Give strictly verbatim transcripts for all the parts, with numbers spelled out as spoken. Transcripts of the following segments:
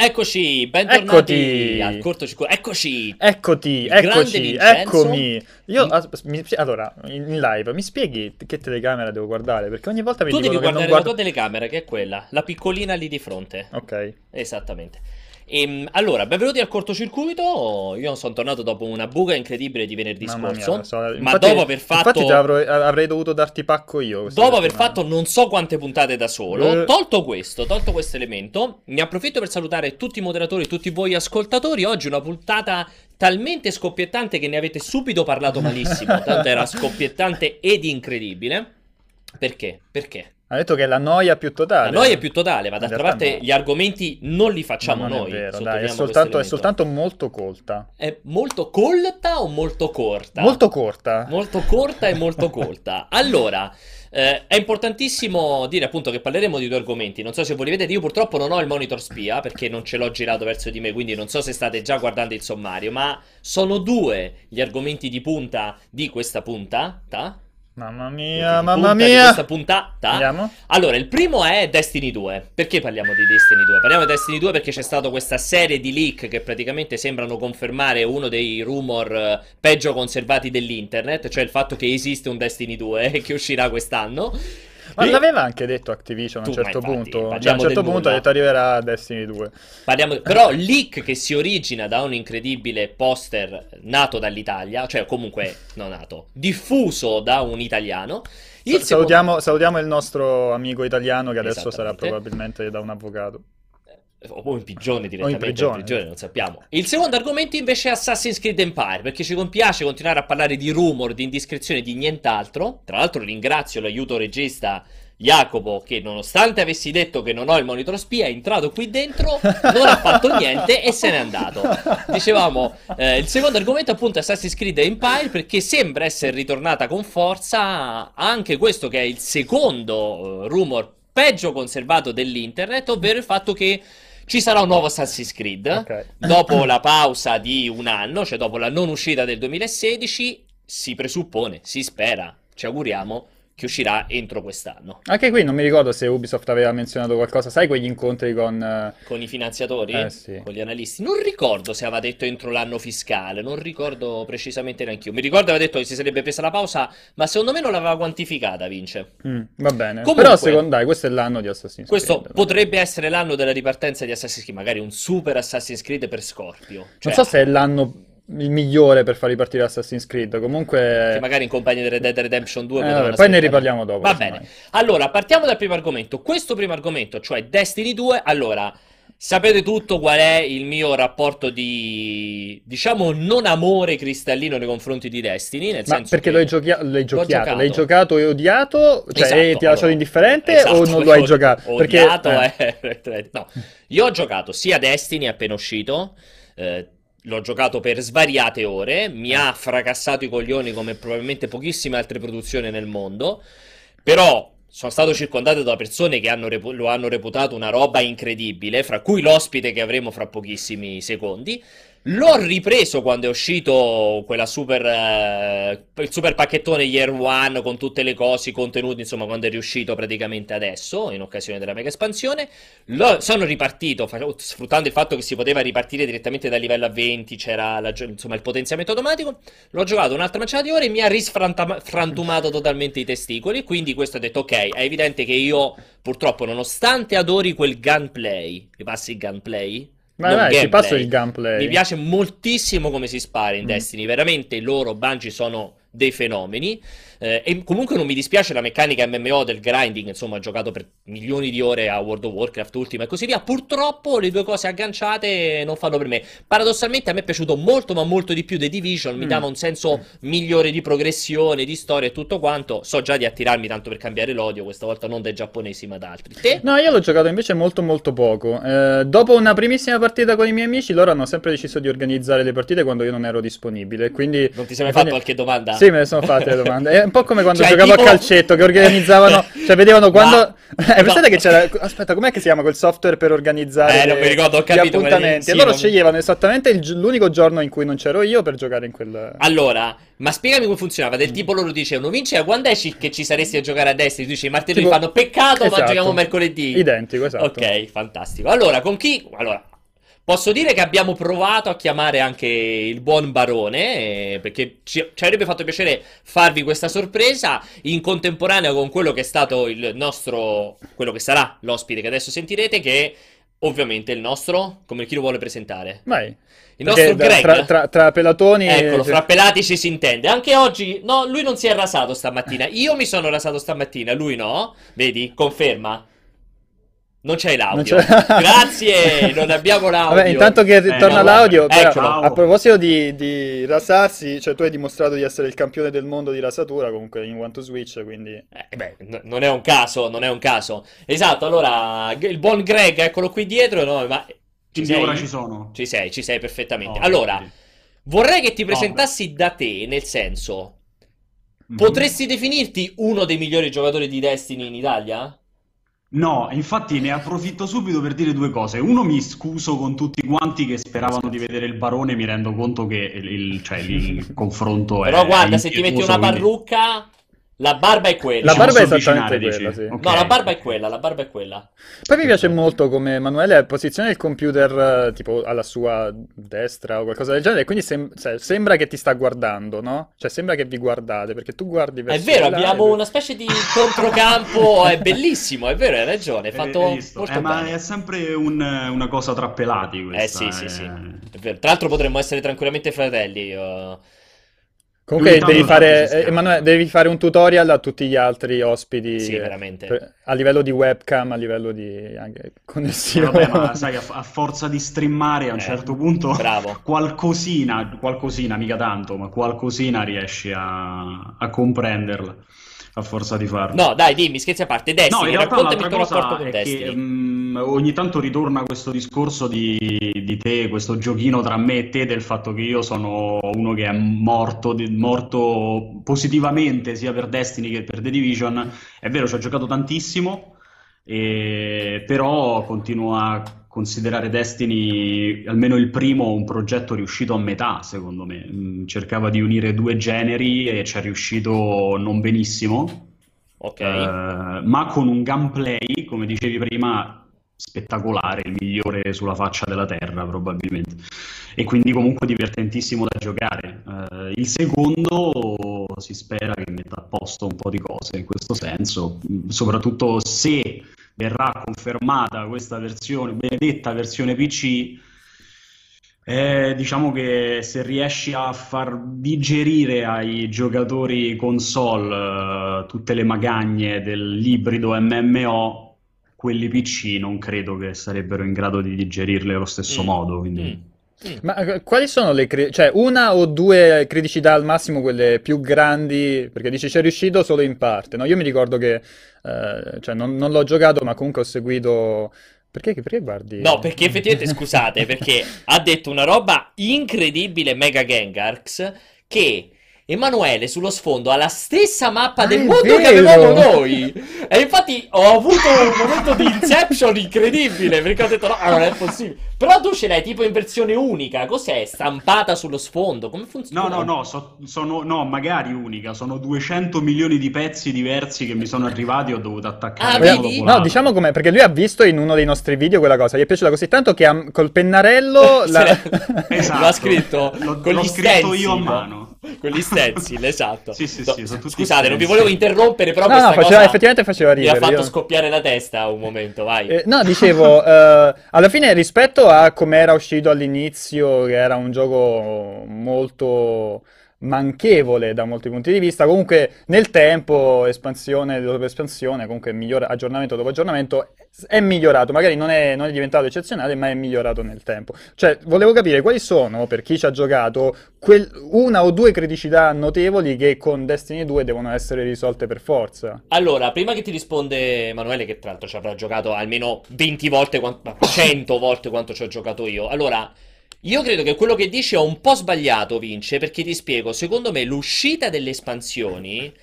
Eccoci, bentornati Eccoti, al cortocircuito. Eccoci, eccoti, il grande eccoci, Vincenzo. eccomi. Io, Mi- as- mi- allora, in in live, mi spieghi che telecamera devo guardare? Perché ogni volta mi Tu devi dicono che non guardare la guardo... tua telecamera, che è quella, la piccolina lì di fronte. Ok, Esattamente. Ehm, allora, benvenuti al cortocircuito. Io sono tornato dopo una buca incredibile di venerdì mamma mia. scorso, so- ma Infatti, dopo aver infatti te fatto avrò- avrei dovuto darti pacco io questa Dopo aver settimana. fatto non so quante puntate da solo, Eh, tolto questo, tolto questo elemento, ne approfitto per salutare tutti i moderatori, tutti voi ascoltatori. Oggi una puntata talmente scoppiettante che ne avete subito parlato malissimo, tanto era scoppiettante ed incredibile. Perché? Perché? Ha detto che è la noia più La totale. noia è più totale, ma In d'altra realtà parte no. gli argomenti non li No, facciamo non è noi, vero, dai, è sottolineiamo questo soltanto, è elemento. soltanto molto colta. È molto colta o molto corta? Molto corta. Molto corta e molto colta. Allora, eh, è importantissimo dire appunto che parleremo di due argomenti. Non so se voi li vedete, io purtroppo non ho il monitor spia perché non ce l'ho girato verso di me, quindi non so se state già guardando il sommario, ma sono due gli argomenti di punta di questa puntata. Mamma Di mia, mamma punta di mia. questa puntata. Andiamo? Allora, il primo è Destiny due. Perché parliamo di Destiny due? Parliamo di Destiny due perché c'è stata questa serie di leak che praticamente sembrano confermare uno dei rumor eh, peggio conservati dell'internet, cioè il fatto che esiste un Destiny due e che uscirà quest'anno. Ma E l'aveva anche detto Activision a un tu, ma certo infatti, punto. Cioè, a un parliamo certo del punto ha nulla. detto arriverà Destiny due. Parliamo, però leak che si origina da un incredibile poster nato dall'Italia, cioè comunque non nato, diffuso da un italiano. Il Sa- secondo... salutiamo, salutiamo il nostro amico italiano che adesso sarà Esattamente. probabilmente da un avvocato. O in prigione O direttamente, in prigione. in prigione non sappiamo. Il secondo argomento invece è Assassin's Creed Empire, perché ci compiace continuare a parlare di rumor, di indiscrezione, di nient'altro. Tra l'altro ringrazio l'aiuto regista Jacopo che nonostante avessi detto che non ho il monitor spia è entrato qui dentro, non ha fatto niente e se n'è andato. Dicevamo, eh, il secondo argomento appunto è Assassin's Creed Empire perché sembra essere ritornata con forza anche questo che è il secondo eh, rumor peggio conservato dell'internet, ovvero il fatto che ci sarà un nuovo Assassin's Creed Ok. dopo la pausa di un anno, cioè dopo la non uscita del duemilasedici, si presuppone, si spera, ci auguriamo che uscirà entro quest'anno. Anche qui non mi ricordo se Ubisoft aveva menzionato qualcosa. Sai quegli incontri con... eh, Con i finanziatori? Eh sì. Con gli analisti? Non ricordo se aveva detto entro l'anno fiscale, non ricordo precisamente neanch'io. Mi ricordo aveva detto che si sarebbe presa la pausa, ma secondo me non l'aveva quantificata, Vince. mm, va bene. Comunque, Però secondo dai, questo è l'anno di Assassin's questo Creed. potrebbe essere l'anno della ripartenza di Assassin's Creed, magari un super Assassin's Creed per Scorpio. Cioè, Non so se è l'anno il migliore per far ripartire Assassin's Creed. Comunque... che magari in compagnia di Red Dead Redemption due Eh, potevano vabbè, poi ne aspettare. riparliamo dopo. Va semmai. bene. Allora, partiamo dal primo argomento. Questo primo argomento, cioè Destiny due, allora, sapete tutto qual è il mio rapporto di, diciamo, non amore cristallino nei confronti di Destiny, nel Ma senso perché che lo hai, giochia- l'hai giochiato? giocato. L'hai giocato e odiato? Cioè, Esatto, e ti ha lasciato allora, indifferente esatto, o non lo hai ho- giocato? Perché... Odiato eh. è... No, io ho giocato sia Destiny appena uscito, eh, l'ho giocato per svariate ore, mi ha fracassato i coglioni come probabilmente pochissime altre produzioni nel mondo, però sono stato circondato da persone che hanno repu- lo hanno reputato una roba incredibile, fra cui l'ospite che avremo fra pochissimi secondi. L'ho ripreso quando è uscito quella super, eh, il super pacchettone Year One con tutte le cose, i contenuti, insomma, quando è riuscito praticamente adesso, in occasione della mega espansione. Lo- sono ripartito, fa- sfruttando il fatto che si poteva ripartire direttamente dal livello a venti, c'era la gio- insomma, il potenziamento automatico. L'ho giocato un'altra manciata di ore e mi ha risfrantumato totalmente i testicoli. Quindi questo ho detto, ok, è evidente che io, purtroppo, nonostante adori quel gunplay, mi passi il gunplay? Vai, Non vai, ti gameplay. passo il gameplay. Mi piace moltissimo come si spara in Mm. Destiny, veramente loro, Bungie, sono dei fenomeni. Eh, e comunque non mi dispiace la meccanica M M O del grinding, insomma, ho giocato per milioni di ore a World of Warcraft Ultima e così via. Purtroppo le due cose agganciate non fanno per me. Paradossalmente a me è piaciuto molto, ma molto di più The Division, mi Mm. dava un senso migliore di progressione, di storia e tutto quanto. So già di attirarmi tanto per cambiare l'odio, questa volta non dai giapponesi ma da altri. Te? No, io l'ho giocato invece molto molto poco. Eh, dopo una primissima partita con i miei amici, loro hanno sempre deciso di organizzare le partite quando io non ero disponibile. Quindi Non ti sei mai quindi- fatto qualche domanda? Sì, me ne sono fatte le domande. È un po' come quando Cioè, giocavo tipo- a calcetto, che organizzavano, cioè vedevano quando... Ma- Eh, pensate no. che c'era... Aspetta, com'è che si chiama quel software per organizzare Eh, non mi ricordo, ho gli capito, quelli- appuntamenti? sì, E loro non- sceglievano esattamente il gi- l'unico giorno in cui non c'ero io per giocare in quel... Allora, ma spiegami come funzionava. Del tipo loro dicevano, Vince, quando è ci- che ci saresti a giocare a destra? Tu dici, martedì Tipo- fanno peccato, ma Esatto. giochiamo mercoledì. Identico, esatto. Ok, fantastico. Allora, con chi... Allora, Posso dire che abbiamo provato a chiamare anche il buon Barone, eh, perché ci, ci avrebbe fatto piacere farvi questa sorpresa in contemporanea con quello che è stato il nostro, quello che sarà l'ospite che adesso sentirete, che è ovviamente il nostro, come chi lo vuole presentare? Vai. Il Perché nostro da- Greg. tra, tra- tra pelatoni... Eccolo, fra pelati ci si intende. Anche oggi, no, lui non si è rasato stamattina. Io mi sono rasato stamattina, lui no. Vedi? Conferma. Non c'è Non l'audio. c'è- Grazie, non abbiamo l'audio. Vabbè, intanto che Eh, torna no, l'audio, guarda, però, eccolo. a proposito di, di rasarsi, cioè tu hai dimostrato di essere il campione del mondo di rasatura comunque in One to Switch, quindi... Eh, beh, n- non è un caso, non è un caso. Esatto, allora, g- il buon Greg, eccolo qui dietro, no, ma ci Quindi sei? ora ci sono. Ci sei, ci sei perfettamente. Oh, Allora, quindi. vorrei che ti Oh, presentassi da te, nel senso, beh. Mhm. potresti definirti uno dei migliori giocatori di Destiny in Italia? No, infatti ne approfitto subito per dire due cose. Uno, mi scuso con tutti quanti che speravano di vedere il Barone, mi rendo conto che il, il- cioè, il confronto è Però guarda, se ti metti impietoso, una quindi parrucca, la barba è La quella. ci barba è posso esattamente avvicinare, quella, dici? sì. Ok, No, la barba è ok. quella, la barba è quella. Poi mi piace Perfetto. molto come Emanuele posiziona il computer eh, tipo alla sua destra o qualcosa del genere, e quindi sem- cioè, sembra che ti sta guardando, no? Cioè sembra che vi guardate, perché tu guardi È verso vero, di là e abbiamo lui- una specie di controcampo, è bellissimo, è vero, hai ragione, è Hai hai fatto visto? molto Eh, ma bene. è sempre un- una cosa tra pelati Eh sì, questa. sì, sì, è- è vero. Tra l'altro potremmo essere tranquillamente fratelli. io- Ogni Comunque devi tanto, tanto fare, si eh, Emanuele, scherza. devi fare un tutorial a tutti gli altri ospiti Sì, eh, veramente. per- a livello di webcam, a livello di anche Eh, connessione. vabbè, ma sai, a, a forza di streamare a un Eh, certo punto bravo. qualcosina, qualcosina, mica tanto, ma qualcosina riesci a, a comprenderla a forza di farlo. No, dai, dimmi, scherzi a parte. No, in Destiny, realtà raccontami il l'altra tuo rapporto cosa con è che Destiny. mm, ogni tanto ritorna questo discorso di, di te, questo giochino tra me e te, del fatto che io sono uno che è morto, di- morto positivamente sia per Destiny che per The Division. È vero, ci ho giocato tantissimo, e- però continuo a considerare Destiny, almeno il primo, un progetto riuscito a metà, secondo me. Mm, Cercava di unire due generi e ci è riuscito non benissimo. Ok. Eh, ma con un gameplay, come dicevi prima, spettacolare, il migliore sulla faccia della terra probabilmente, e quindi comunque divertentissimo da giocare. Eh, il secondo si spera che metta a posto un po' di cose in questo senso, mh, soprattutto se verrà confermata questa versione, benedetta versione P C. Eh, diciamo che se riesci a far digerire ai giocatori console eh, tutte le magagne dell'ibrido M M O, quelli P C non credo che sarebbero in grado di digerirle allo stesso Mm, modo. mm, Quindi... mm. Ma eh, quali sono le cri- cioè una o due criticità al massimo, quelle più grandi? Perché dici c'è riuscito solo in parte, no? Io mi ricordo che, eh, cioè non, non l'ho giocato, ma comunque ho seguito... Perché, perché guardi? No, perché effettivamente, scusate, perché ha detto una roba incredibile Mega Gengarx, che Emanuele sullo sfondo ha la stessa mappa Ah, del è mondo che vero! avevamo noi. E infatti ho avuto un momento di inception incredibile, perché ho detto no, non è possibile. Però tu ce l'hai tipo in versione unica, cos'è? Stampata sullo sfondo, come funziona? No, no, no, so- sono, no, magari unica, sono duecento milioni di pezzi diversi che mi sono arrivati e ho dovuto attaccare Ah, uno vedi? dopo No, l'altro. diciamo com'è, perché lui ha visto in uno dei nostri video quella cosa, gli è piaciuta così tanto che ha- col pennarello... Se la- l'è- Esatto. Lo ha scritto L'ho- con l'ho gli scritto io a stencil. mano. Con gli stencil, esatto. Sì, sì, No, sì, sono tutti scusate, non vi stencil. volevo interrompere, però No, no, questa faceva- cosa effettivamente faceva mi ha ridere, fatto io- scoppiare la testa un momento, vai. Eh, no, dicevo, eh, alla fine rispetto a come era uscito all'inizio, che era un gioco molto manchevole da molti punti di vista, comunque nel tempo, espansione dopo espansione, comunque migliora, aggiornamento dopo aggiornamento, è migliorato, magari non è, non è diventato eccezionale, ma è migliorato nel tempo. Cioè, volevo capire quali sono, per chi ci ha giocato, quel- una o due criticità notevoli che con Destiny due devono essere risolte per forza. Allora, prima che ti risponde Emanuele, che tra l'altro ci avrà giocato almeno venti volte, quanto, cento volte quanto ci ho giocato io. Allora, io credo che quello che dici è un po' sbagliato, Vince, perché ti spiego, secondo me l'uscita delle espansioni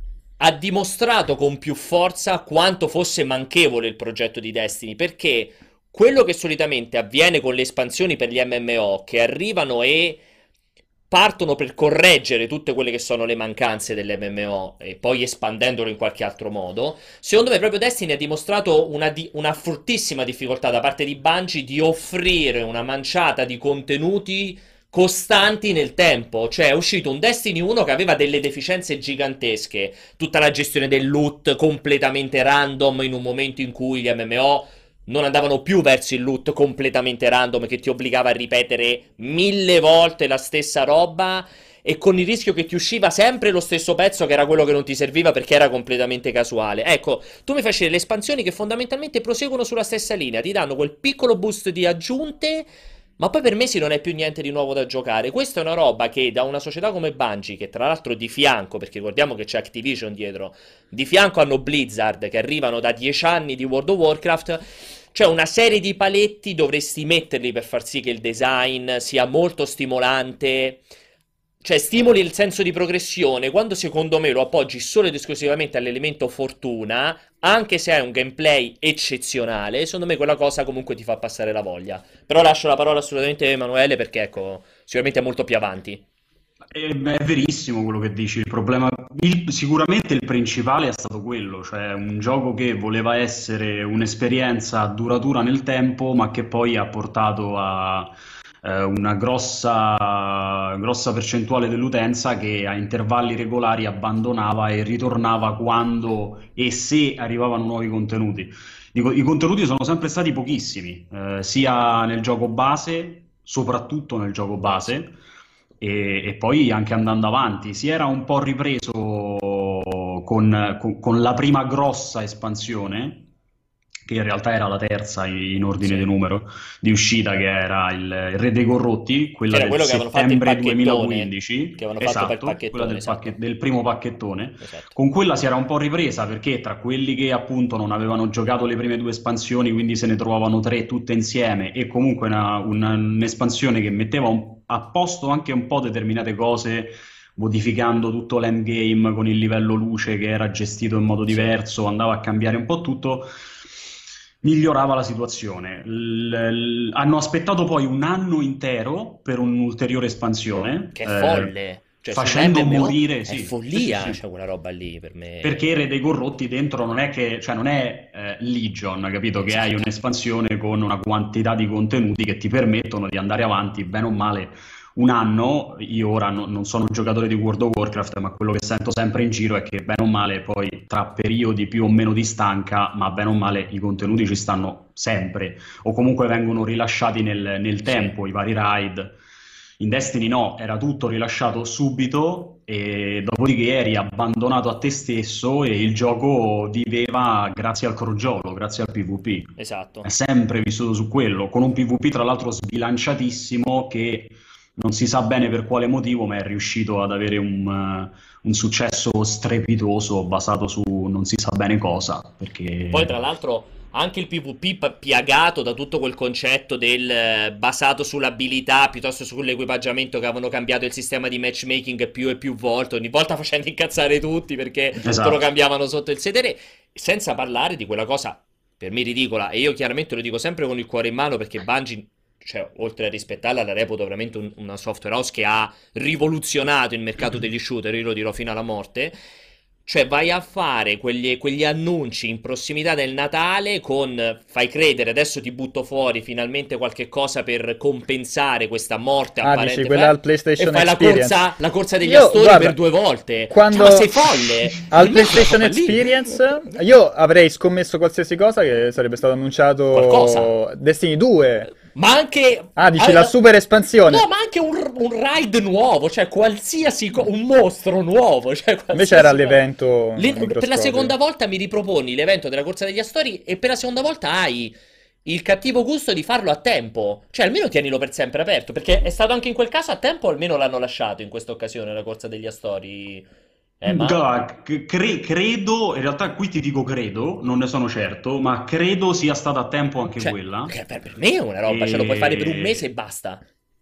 ha dimostrato con più forza quanto fosse manchevole il progetto di Destiny, perché quello che solitamente avviene con le espansioni per gli M M O, che arrivano e partono per correggere tutte quelle che sono le mancanze dell'M M O e poi espandendolo in qualche altro modo. Secondo me proprio Destiny ha dimostrato una, di- una fortissima difficoltà da parte di Bungie di offrire una manciata di contenuti costanti nel tempo. Cioè è uscito un Destiny uno che aveva delle deficienze gigantesche, tutta la gestione del loot completamente random in un momento in cui gli M M O non andavano più verso il loot completamente random che ti obbligava a ripetere mille volte la stessa roba e con il rischio che ti usciva sempre lo stesso pezzo che era quello che non ti serviva perché era completamente casuale. Ecco, tu mi facevi le espansioni che fondamentalmente proseguono sulla stessa linea, ti danno quel piccolo boost di aggiunte, ma poi per mesi non è più niente di nuovo da giocare. Questa è una roba che da una società come Bungie, che tra l'altro di fianco, perché ricordiamo che c'è Activision dietro, di fianco hanno Blizzard che arrivano da dieci anni di World of Warcraft. Cioè una serie di paletti dovresti metterli per far sì che il design sia molto stimolante, cioè stimoli il senso di progressione, quando secondo me lo appoggi solo ed esclusivamente all'elemento fortuna, anche se hai un gameplay eccezionale, secondo me quella cosa comunque ti fa passare la voglia. Però lascio la parola assolutamente a Emanuele perché ecco, sicuramente è molto più avanti. È, è verissimo quello che dici, il problema, il- sicuramente il principale è stato quello, cioè un gioco che voleva essere un'esperienza duratura nel tempo, ma che poi ha portato a eh, una grossa, grossa percentuale dell'utenza che a intervalli regolari abbandonava e ritornava quando e se arrivavano nuovi contenuti. Dico, i contenuti sono sempre stati pochissimi, eh, sia nel gioco base, soprattutto nel gioco base. E, e poi anche andando avanti si era un po' ripreso con, con- con la prima grossa espansione, che in realtà era la terza in ordine di Sì. numero di uscita, che era il, il Re dei Corrotti, Che quella era del quello che avevano fatto il settembre pacchettone, duemilaquindici, che avevano fatto per il esatto, quella pacchettone, del, esatto, pacche- del primo pacchettone. esatto. Con quella si era un po' ripresa perché tra quelli che appunto non avevano giocato le prime due espansioni, quindi se ne trovavano tre tutte insieme, e comunque una- una- un'espansione che metteva un- a posto anche un po' determinate cose, modificando tutto l'endgame con il livello luce che era gestito in modo Sì. diverso, andava a cambiare un po' tutto, migliorava la situazione. L- l- hanno aspettato poi un anno intero per un'ulteriore espansione, Che è eh, folle. Cioè, su un facendo M M O morire, è sì, sì, sì, follia, sì. cioè quella roba lì per me. Perché Re dei Corrotti dentro non è che, cioè non è eh, Legion, capito? Che hai Esatto. un'espansione con una quantità di contenuti che ti permettono di andare avanti bene o male un anno. Io ora no- non sono un giocatore di World of Warcraft, ma quello che sento sempre in giro è che bene o male poi tra periodi più o meno di stanca, ma bene o male i contenuti ci stanno sempre, o comunque vengono rilasciati nel, nel Sì. tempo, i vari raid. In Destiny no, era tutto rilasciato subito e dopodiché eri abbandonato a te stesso e il gioco viveva grazie al crogiolo, grazie al PvP. Esatto. È sempre vissuto su quello, con un PvP tra l'altro sbilanciatissimo che non si sa bene per quale motivo, ma è riuscito ad avere un, eh, un successo strepitoso basato su non si sa bene cosa, perché Poi tra l'altro anche il PvP pa- piagato da tutto quel concetto del eh, basato sull'abilità piuttosto che sull'equipaggiamento, che avevano cambiato il sistema di matchmaking più e più volte, ogni volta facendo incazzare tutti perché te lo esatto. cambiavano sotto il sedere, senza parlare di quella cosa per me ridicola, e io chiaramente lo dico sempre con il cuore in mano perché Bungie, cioè, oltre a rispettarla, la reputo veramente un- una software house che ha rivoluzionato il mercato degli shooter, io lo dirò fino alla morte. Cioè, vai a fare quegli, quegli annunci in prossimità del Natale con fai credere, adesso ti butto fuori finalmente qualche cosa per compensare questa morte Ah, apparente, dici quella fra- al PlayStation e fai la Experience. corsa, la corsa degli Io, astori guarda, per due volte. quando Cioè, ma sei folle? al Per me è quella PlayStation roba lì. Experience io avrei scommesso qualsiasi cosa che sarebbe stato annunciato Qualcosa. Destiny due. Ma anche... Ah, dici ah, la super espansione. No, ma anche un, un ride nuovo, cioè qualsiasi co- un mostro nuovo, cioè Invece qualsiasi era cosa. l'evento Le- per la microscopico. seconda volta mi riproponi l'evento della corsa degli astori e per la seconda volta hai il cattivo gusto di farlo a tempo. Cioè almeno tienilo per sempre aperto, perché è stato anche in quel caso a tempo, o almeno l'hanno lasciato in questa occasione la corsa degli astori. Eh, ma... Guarda, c- cre- credo, in realtà qui ti dico credo, non ne sono certo, ma credo sia stata a tempo anche Cioè, quella. che per, per me è una roba, ce lo puoi fare per un mese e basta.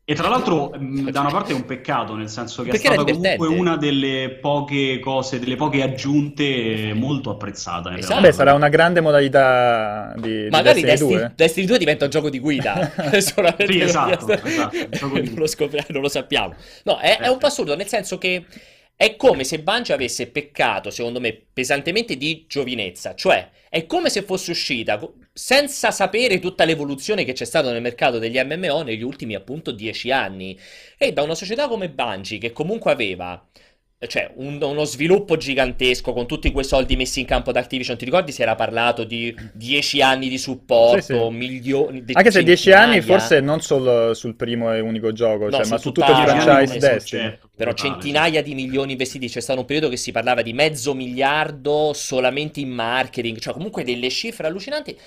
E tra l'altro, mh, da una parte è un peccato, nel senso che è Perché era stata comunque divertente. una delle poche cose, delle poche aggiunte molto apprezzata in Esatto. Vabbè, realtà. sarà una grande modalità di, di Magari Destiny Destiny, due. Destiny due diventa un gioco di guida, Sì, solamente esatto, esatto, gioco di non lo guida. scopriamo, non lo sappiamo. No, è, è Eh, un po' assurdo, nel senso che è come se Bungie avesse peccato, secondo me, pesantemente di giovinezza, cioè è come se fosse uscita co- senza sapere tutta l'evoluzione che c'è stata nel mercato degli M M O negli ultimi appunto dieci anni. E da una società come Bungie, che comunque aveva cioè un- uno sviluppo gigantesco con tutti quei soldi messi in campo da Activision. Ti ricordi si era parlato di dieci anni di Sì, sì. supporto, milioni, de- Anche se dieci anni centinaia? forse non solo sul primo e unico gioco, No, cioè, ma su su tutto il tutta dieci anni la... franchise come esatto. Destiny. progetto Però totale, sì. centinaia di milioni investiti. C'è stato un periodo che si parlava di mezzo miliardo solamente in marketing, cioè comunque delle cifre allucinanti.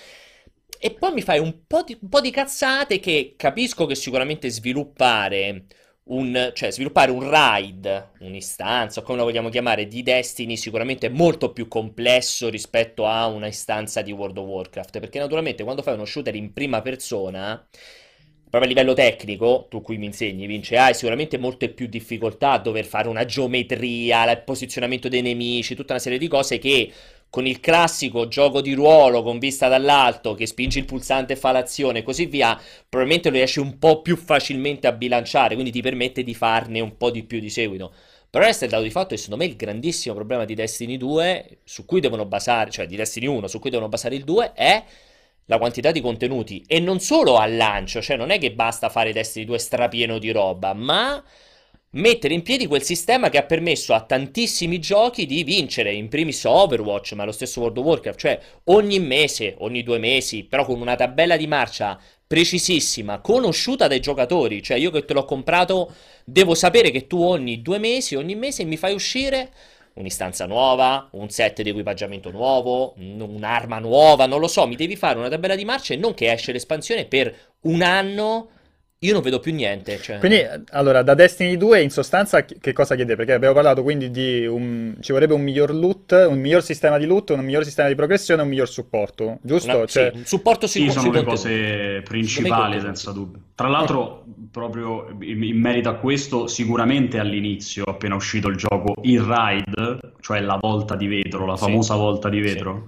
E poi mi fai un po' di, un po' di cazzate che capisco che sicuramente sviluppare un, cioè sviluppare un raid, un'istanza, o come la vogliamo chiamare, di Destiny sicuramente è molto più complesso rispetto a una istanza di World of Warcraft, perché naturalmente quando fai uno shooter in prima persona, proprio a livello tecnico, tu qui mi insegni, Vince, hai sicuramente molte più difficoltà a dover fare una geometria, il posizionamento dei nemici, tutta una serie di cose che con il classico gioco di ruolo con vista dall'alto, che spingi il pulsante e fa l'azione e così via, probabilmente lo riesci un po' più facilmente a bilanciare, quindi ti permette di farne un po' di più di seguito. Però resta il dato di fatto che secondo me il grandissimo problema di Destiny due, su cui devono basare, cioè di Destiny uno, su cui devono basare il due, è la quantità di contenuti. E non solo al lancio, cioè non è che basta fare Destiny due strapieno di roba, ma mettere in piedi quel sistema che ha permesso a tantissimi giochi di vincere, in primis Overwatch, ma lo stesso World of Warcraft, cioè ogni mese, ogni due mesi, però con una tabella di marcia precisissima, conosciuta dai giocatori, cioè io che te l'ho comprato devo sapere che tu ogni due mesi, ogni mese mi fai uscire un'istanza nuova, un set di equipaggiamento nuovo, un- un'arma nuova, non lo so, mi devi fare una tabella di marcia e non che esce l'espansione per un anno, io non vedo più niente, cioè... Quindi, eh, allora, da Destiny due in sostanza che che cosa chiede? Perché abbiamo parlato quindi di un... ci vorrebbe un miglior loot, un miglior sistema di loot, un miglior sistema di progressione e un miglior supporto, Una- giusto? sì, Cioè, un supporto sui, Sì, co- sui sono le contenuti. cose Secondo me i principali, contenuti. senza dubbio. Tra ok. l'altro, proprio in in merito a questo, sicuramente all'inizio, appena uscito il gioco, il raid, cioè la volta di vetro, la Sì, famosa volta di sì. vetro,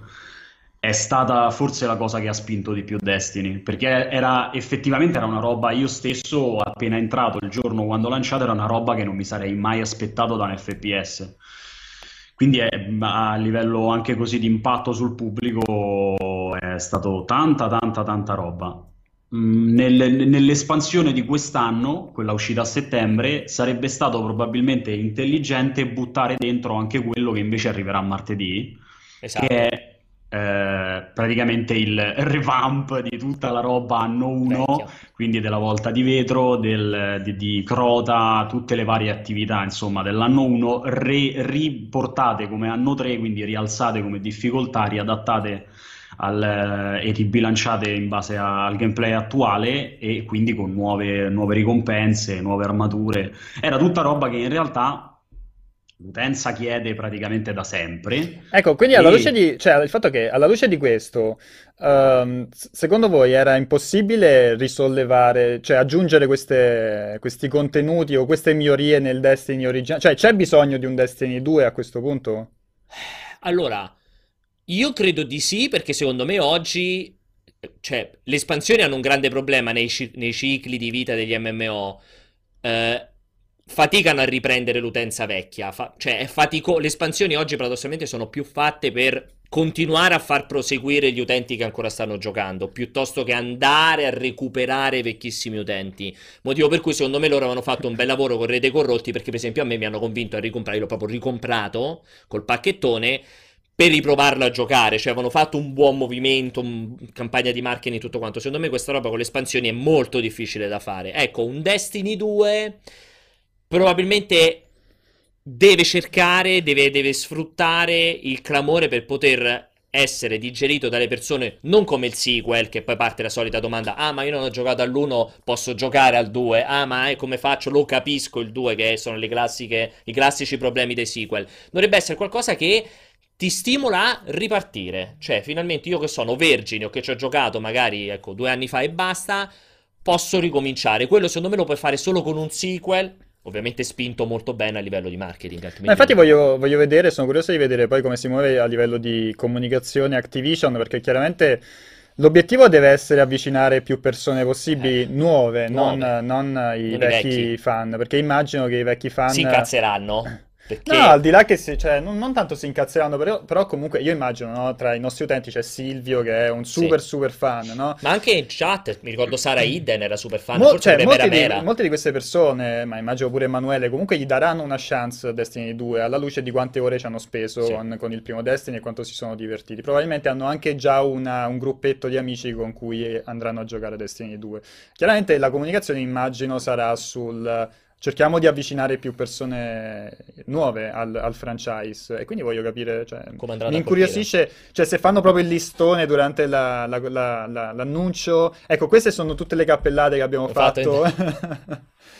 è stata forse la cosa che ha spinto di più Destiny, perché era effettivamente era una roba, io stesso appena entrato il giorno quando ho lanciato, era una roba che non mi sarei mai aspettato da un F P S. Quindi è, a livello anche così di impatto sul pubblico è stato tanta tanta tanta roba. Mm, nel- nell'espansione di quest'anno, quella uscita a settembre, sarebbe stato probabilmente intelligente buttare dentro anche quello che invece arriverà martedì, che Esatto, è eh, praticamente il revamp di tutta la roba anno uno, vecchia. quindi della volta di vetro, del- di, di Crota, tutte le varie attività insomma dell'anno uno, re- riportate come anno tre, quindi rialzate come difficoltà, riadattate al- e ribilanciate in base a- al gameplay attuale e quindi con nuove, nuove ricompense, nuove armature. Era tutta roba che in realtà l'utenza chiede praticamente da sempre Ecco, quindi alla luce e di, cioè, il fatto che alla luce di questo, ehm, s- secondo voi era impossibile risollevare, cioè aggiungere queste- questi contenuti o queste migliorie nel Destiny originale? Cioè, c'è bisogno di un Destiny due a questo punto? Allora, io credo di sì, perché secondo me oggi, cioè, le espansioni hanno un grande problema nei, ci- nei cicli di vita degli M M O. Eh, faticano a riprendere l'utenza vecchia. Fa- cioè, è fatico- le espansioni oggi paradossalmente sono più fatte per continuare a far proseguire gli utenti che ancora stanno giocando, piuttosto che andare a recuperare i vecchissimi utenti. Motivo per cui secondo me loro avevano fatto un bel lavoro con Rete Corrotti, perché per esempio a me mi hanno convinto a ricomprare, io l'ho proprio ricomprato col pacchettone per riprovarlo a giocare, cioè avevano fatto un buon movimento, un- campagna di marketing e tutto quanto. Secondo me questa roba con le espansioni è molto difficile da fare. Ecco, un Destiny due probabilmente deve cercare, deve, deve sfruttare il clamore per poter essere digerito dalle persone, non come il sequel, che poi parte la solita domanda: ah, ma io non ho giocato all'uno, posso giocare al due? Ah, ma eh, come faccio? Lo capisco il due, che sono le classiche, i classici problemi dei sequel. Dovrebbe essere qualcosa che ti stimola a ripartire. Cioè, finalmente io che sono vergine o che ci ho giocato magari, ecco, due anni fa e basta, posso ricominciare. Quello secondo me lo puoi fare solo con un sequel, ovviamente spinto molto bene a livello di marketing. Ma Altrimenti infatti non- voglio, voglio vedere, sono curioso di vedere poi come si muove a livello di comunicazione Activision, perché chiaramente l'obiettivo deve essere avvicinare più persone possibili, eh, nuove, non, nuove, non i non i vecchi vecchi. fan, perché immagino che i vecchi Si fan... incazzeranno, No, al perché... di là che si, cioè, non, non tanto si incazzeranno, però, però comunque io immagino, no, tra i nostri utenti c'è Silvio che è un Sì. super super fan, no? Ma anche in chat, mi ricordo Sara Iden era super fan, Mo- forse cioè, pure Vera molti di, Vera. molte di queste persone, ma immagino pure Emanuele, comunque gli daranno una chance a Destiny due alla luce di quante ore ci hanno speso Sì. con, con il primo Destiny e quanto si sono divertiti. Probabilmente hanno anche già una- un gruppetto di amici con cui andranno a giocare Destiny due. Chiaramente la comunicazione immagino sarà sul cerchiamo di avvicinare più persone nuove al, al franchise e quindi voglio capire, cioè, Come andrà mi a colpire. incuriosisce, cioè se fanno proprio il listone durante la- la- la- la- l'annuncio, ecco queste sono tutte le cappellate che abbiamo Ho fatto... fatto.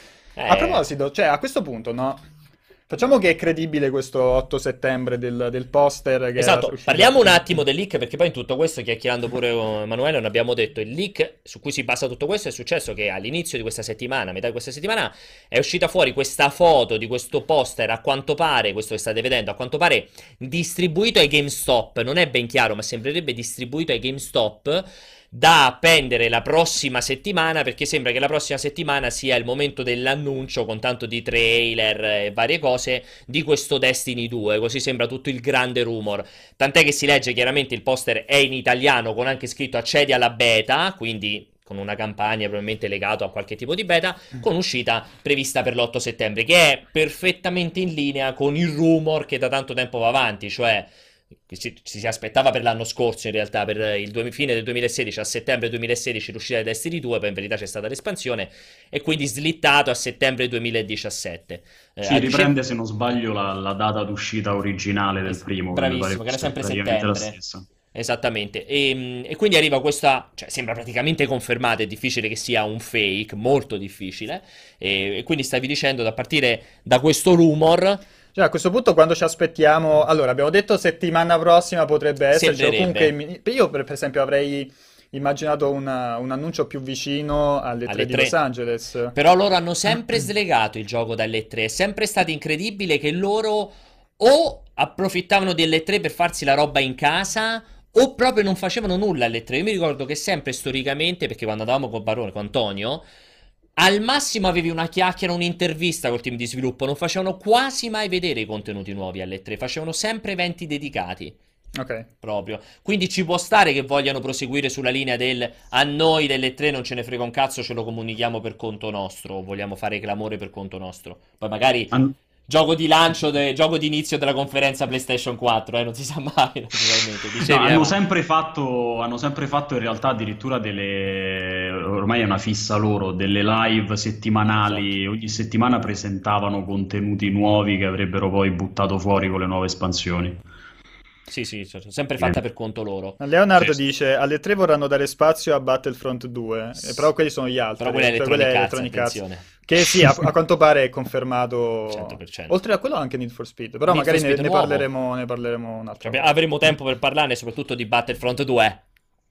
A Eh... proposito, cioè a questo punto, no? Facciamo che è credibile questo otto settembre del, del poster che era Esatto, uscito. parliamo un attimo del leak perché poi in tutto questo, chiacchierando pure con Emanuele, non abbiamo detto il leak su cui si basa tutto questo è successo che all'inizio di questa settimana, a metà di questa settimana, è uscita fuori questa foto di questo poster, a quanto pare, questo che state vedendo, a quanto pare distribuito ai GameStop, non è ben chiaro ma sembrerebbe distribuito ai GameStop, da appendere la prossima settimana perché sembra che la prossima settimana sia il momento dell'annuncio con tanto di trailer e varie cose di questo Destiny due, così sembra tutto il grande rumor, tant'è che si legge chiaramente il poster è in italiano con anche scritto accedi alla beta, quindi con una campagna probabilmente legato a qualche tipo di beta, con uscita prevista per l'otto settembre, che è perfettamente in linea con il rumor che da tanto tempo va avanti, cioè che ci, ci si aspettava per l'anno scorso in realtà, per il due- fine del duemilasedici, a settembre duemilasedici l'uscita di Destiny due, poi in verità c'è stata l'espansione e quindi slittato a settembre duemiladiciassette. Eh, Si a dice- riprende, se non sbaglio, la, la data d'uscita originale del es- primo, che mi pare Bravissimo, che era fosse sempre praticamente la settembre. stessa. Esattamente, e, e quindi arriva questa, cioè sembra praticamente confermata, è difficile che sia un fake, molto difficile, e, e quindi stavi dicendo da partire da questo rumor, Cioè, a questo punto, quando ci aspettiamo, allora abbiamo detto settimana prossima potrebbe esserci, o comunque sembrerebbe io per per esempio avrei immaginato una- un annuncio più vicino alle tre alle di Los tre. Angeles. Però loro hanno sempre slegato il gioco dalle tre. È sempre stato incredibile che loro o approfittavano delle tre per farsi la roba in casa o proprio non facevano nulla alle tre. Io mi ricordo che sempre storicamente, perché quando andavamo con Barone, con Antonio, al massimo avevi una chiacchiera, un'intervista col team di sviluppo. Non facevano quasi mai vedere i contenuti nuovi alle tre. Facevano sempre eventi dedicati. Ok. Proprio. Quindi ci può stare che vogliano proseguire sulla linea del a noi delle tre non ce ne frega un cazzo, ce lo comunichiamo per conto nostro, o vogliamo fare clamore per conto nostro. Poi magari An- gioco di lancio, de- gioco di inizio della conferenza PlayStation quattro, eh, non si sa mai, naturalmente. No, Dicevi, hanno Ema. sempre fatto, hanno sempre fatto in realtà addirittura delle, ormai è una fissa loro, delle live Esatto. settimanali, ogni settimana presentavano contenuti nuovi che avrebbero poi buttato fuori con le nuove espansioni. Sì, sì, cioè, sempre Eh, fatta per conto loro. Leonardo sì, sì. dice, alle tre vorranno dare spazio a Battlefront due, eh, però quelli sono gli altri, Però quella è cioè quella è Electronic Arts, Electronic Arts, attenzione. che sì, a, a quanto pare è confermato, cento per cento. oltre a quello anche Need for Speed, però Need for magari ne, Speed ne nuovo. parleremo, ne parleremo un'altra Cioè, volta. avremo tempo per parlarne soprattutto di Battlefront due.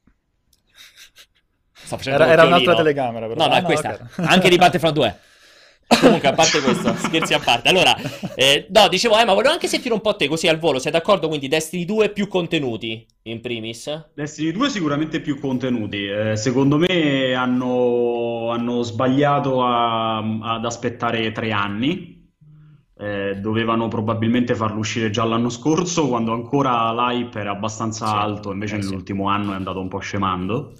Sto facendo Era, era un'altra l'occhiolino. telecamera però. No, no, Ah, è no, questa. ok. Anche di Battlefront due. Comunque, a parte questo, scherzi a parte. Allora, eh, no, dicevo, eh, ma volevo anche sentire un po' te, così al volo. Sei d'accordo? Quindi Destiny due più contenuti, in primis? Destiny due sicuramente più contenuti. Eh, secondo me hanno, hanno sbagliato a- ad aspettare tre anni. Eh, dovevano probabilmente farlo uscire già l'anno scorso, quando ancora l'hype era abbastanza Sì, alto, invece eh sì. nell'ultimo anno è andato un po' scemando.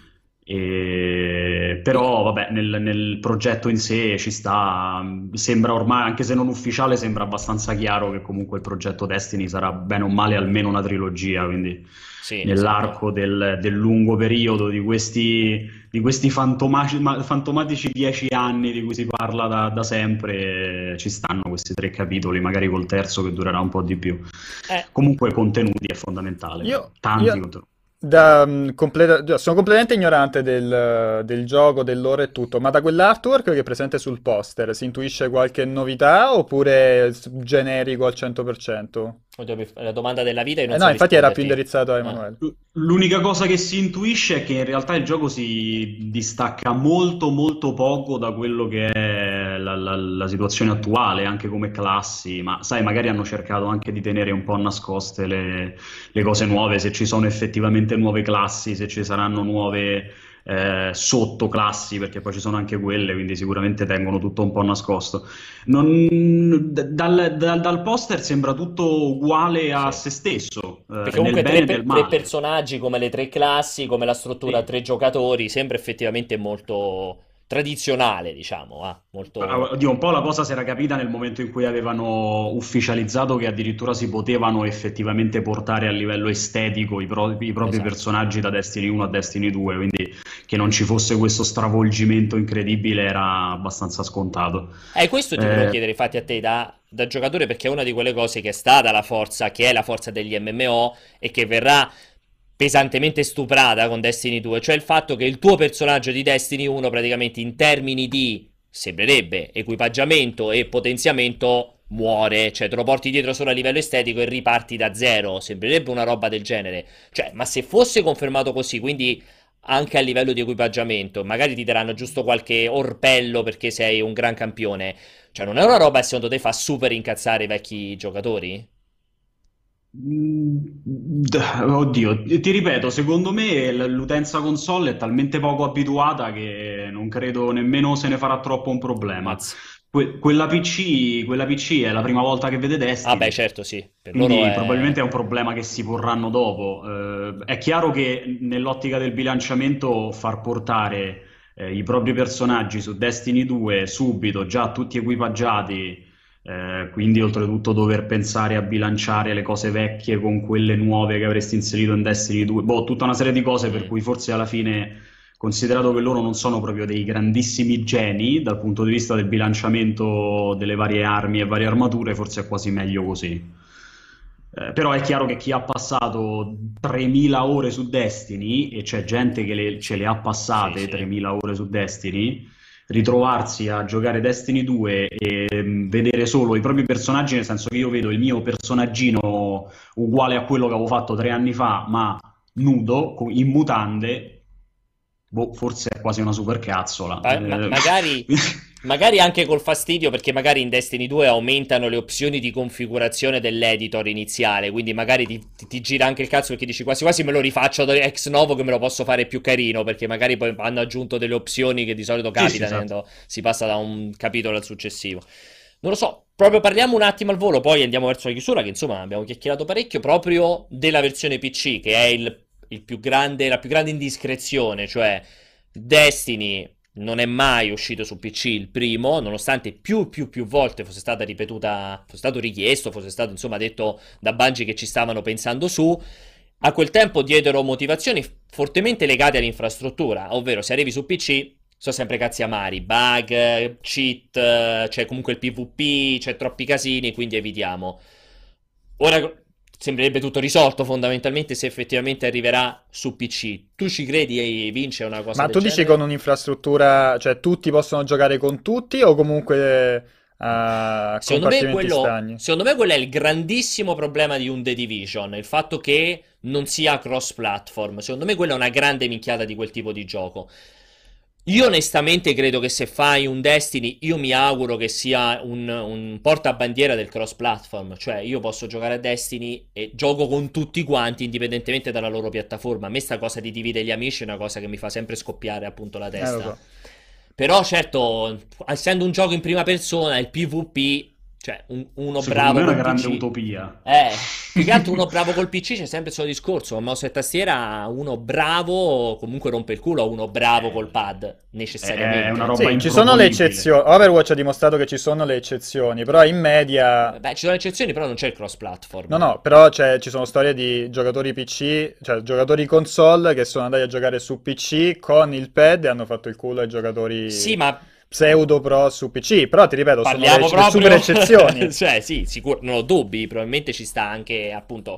E- Però vabbè, nel, nel progetto in sé ci sta, sembra ormai, anche se non ufficiale, sembra abbastanza chiaro che comunque il progetto Destiny sarà bene o male almeno una trilogia, quindi Sì, esatto. nell'arco del, del lungo periodo di questi, di questi fantomaci- ma- fantomatici dieci anni di cui si parla da, da sempre, ci stanno questi tre capitoli, magari col terzo che durerà un po' di più. Eh, Comunque contenuti è fondamentale, Io, tanti io- contenuti. Da, mh, completa- sono completamente ignorante del, del gioco, del lore e tutto, ma da quell'artwork che è presente sul poster si intuisce qualche novità oppure è s- generico al cento per cento? Oddio, mi- la domanda della vita io Eh non no, so infatti era più risponderti. indirizzato a Ah. Emanuele. L'unica cosa che si intuisce è che in realtà il gioco si distacca molto molto poco da quello che è la, la- la situazione attuale, anche come classi, ma sai, magari hanno cercato anche di tenere un po' nascoste le, le cose nuove, se ci sono effettivamente nuove classi, se ci saranno nuove eh, sottoclassi, perché poi ci sono anche quelle, quindi sicuramente tengono tutto un po' nascosto. Non- d- dal, dal- dal poster sembra tutto uguale a Sì. se stesso, Perché eh, nel comunque bene tre, e nel per- tre male. personaggi come le tre classi, come la struttura a Sì. tre giocatori, sembra effettivamente molto tradizionale, diciamo, ah, Ah, molto... oddio, un po' la cosa si era capita nel momento in cui avevano ufficializzato che addirittura si potevano effettivamente portare a livello estetico i, pro- i propri Esatto. personaggi da Destiny uno a Destiny due, quindi che non ci fosse questo stravolgimento incredibile era abbastanza scontato. Eh, questo ti volevo Eh, chiedere, infatti, a te da, da giocatore, perché è una di quelle cose che è stata la forza, che è la forza degli M M O e che verrà pesantemente stuprata con Destiny due, cioè il fatto che il tuo personaggio di Destiny uno praticamente in termini di, sembrerebbe, equipaggiamento e potenziamento muore, cioè te lo porti dietro solo a livello estetico e riparti da zero, sembrerebbe una roba del genere. Cioè, ma se fosse confermato così, quindi anche a livello di equipaggiamento, magari ti daranno giusto qualche orpello perché sei un gran campione. Cioè, non è una roba che secondo te fa super incazzare i vecchi giocatori? Mm, d- Oddio, ti ripeto, secondo me l- l'utenza console è talmente poco abituata che non credo nemmeno se ne farà troppo un problema. Mazza. Que- quella P C, quella P C è la prima volta che vede Ah beh, Destiny, certo, sì, per loro quindi probabilmente è è... un problema che si porranno dopo. Eh, è chiaro che nell'ottica del bilanciamento far portare eh, i propri personaggi su Destiny due subito, già tutti equipaggiati, eh, quindi oltretutto dover pensare a bilanciare le cose vecchie con quelle nuove che avresti inserito in Destiny due, boh, tutta una serie di cose per Mm. cui forse alla fine, considerato che loro non sono proprio dei grandissimi geni dal punto di vista del bilanciamento delle varie armi e varie armature, forse è quasi meglio così. Eh, però è chiaro che chi ha passato tremila ore su Destiny, e c'è gente che le- ce le ha Sì, passate sì. tremila ore su Destiny, ritrovarsi a giocare Destiny due e mm, vedere solo i propri personaggi, nel senso che io vedo il mio personaggino uguale a quello che avevo fatto tre anni fa, ma nudo, co- in mutande, boh, forse è quasi una supercazzola. Ma- ma- Eh, magari, magari anche col fastidio perché magari in Destiny due aumentano le opzioni di configurazione dell'editor iniziale, quindi magari ti, ti- ti gira anche il cazzo perché dici quasi quasi me lo rifaccio da ex novo che me lo posso fare più carino, perché magari poi hanno aggiunto delle opzioni che di solito Sì, sì, capitano esatto. quando si passa da un capitolo al successivo. Non lo so, proprio parliamo un attimo al volo, poi andiamo verso la chiusura, che insomma abbiamo chiacchierato parecchio, proprio della versione P C, che è il, il più grande, la più grande indiscrezione, cioè Destiny non è mai uscito su P C il primo, nonostante più più più volte fosse stata ripetuta, fosse stato richiesto, fosse stato insomma detto da Bungie che ci stavano pensando su. A quel tempo diedero motivazioni fortemente legate all'infrastruttura, ovvero se arrivi su P C sono sempre cazzi amari, bug, cheat, eh, c'è comunque il PvP, c'è troppi casini, quindi evitiamo. Ora sembrerebbe tutto risolto fondamentalmente se effettivamente arriverà su P C. Tu ci credi e vince una cosa Ma del tu dici con genere? un'infrastruttura, cioè tutti possono giocare con tutti o comunque a Secondo me, compartimenti quello, stagni? secondo me quello è il grandissimo problema di un The Division, il fatto che non sia cross-platform. Secondo me quella è una grande minchiata di quel tipo di gioco. Io onestamente credo che se fai un Destiny, io mi auguro che sia un, un portabandiera del cross-platform, cioè io posso giocare a Destiny e gioco con tutti quanti indipendentemente dalla loro piattaforma. A me sta cosa di dividere gli amici è una cosa che mi fa sempre scoppiare appunto la Eh, lo testa. so. Però certo, essendo un gioco in prima persona, il PvP, cioè un- uno Secondo me bravo è una col grande P C, utopia. eh, più che altro uno bravo col P C c'è sempre il suo discorso, ma mouse e tastiera uno bravo comunque rompe il culo a uno bravo col Eh, pad, È, è una necessariamente. roba Sì, ci sono le improponibile. eccezioni. Overwatch ha dimostrato che ci sono le eccezioni, però in media. Beh, ci sono eccezioni, però non c'è il No, cross-platform. no, però c'è- ci sono storie di giocatori P C, cioè giocatori console che sono andati a giocare su P C con il pad e hanno fatto il culo ai Sì, giocatori ma pseudo pro su P C. Però ti ripeto, sono le, parliamo ec- le super proprio, eccezioni. cioè sì, sicuro, non ho dubbi, probabilmente ci sta anche appunto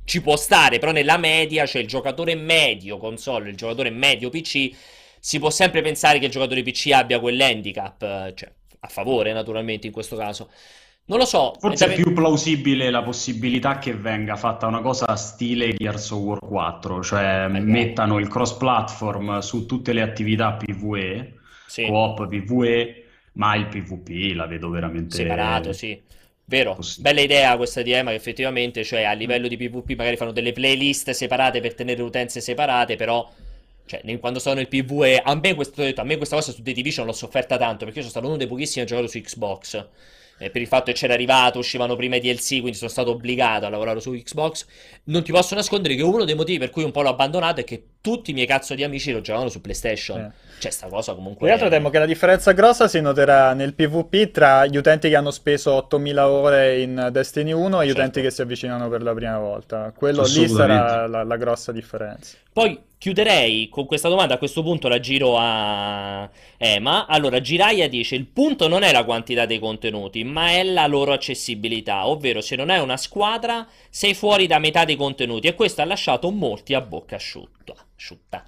ci può stare, però nella media, cioè il giocatore medio console, il giocatore medio P C, si può sempre pensare che il giocatore P C abbia quell'handicap, eh, cioè a favore naturalmente in questo caso. Non lo so, è Forse da è ve- più plausibile la possibilità che venga fatta una cosa stile Gears of War quattro, cioè magari, mettano il cross-platform su tutte le attività PvE, sì. co-op PvE, ma il PvP la vedo Separato, veramente sì. Vero, bella possibile. idea questa di Ema che effettivamente, cioè a livello di PvP magari fanno delle playlist separate per tenere le utenze separate, però cioè ne- quando sono nel PvE, a me, questo, ho detto, a me questa cosa su The Division l'ho sofferta tanto perché io sono stato uno dei pochissimi a giocare su Xbox. Eh, per il fatto che c'era arrivato, uscivano prima i D L C, quindi sono stato obbligato a lavorare su Xbox. Non ti posso nascondere che uno dei motivi per cui un po' l'ho abbandonato è che tutti i miei cazzo di amici lo giocavano su PlayStation. Eh. Cioè, sta cosa Più che altro temo comunque. che la differenza grossa si noterà nel PvP tra gli utenti che hanno speso ottomila ore in Destiny uno e gli utenti che Certo. si avvicinano per la prima volta. Quello lì Assolutamente. sarà la, la grossa differenza. Poi chiuderei con questa domanda, a questo punto la giro a Ema. Allora, Jiraiya dice: il punto non è la quantità dei contenuti, ma è la loro accessibilità, ovvero se non hai una squadra sei fuori da metà dei contenuti e questo ha lasciato molti a bocca asciutta. asciutta.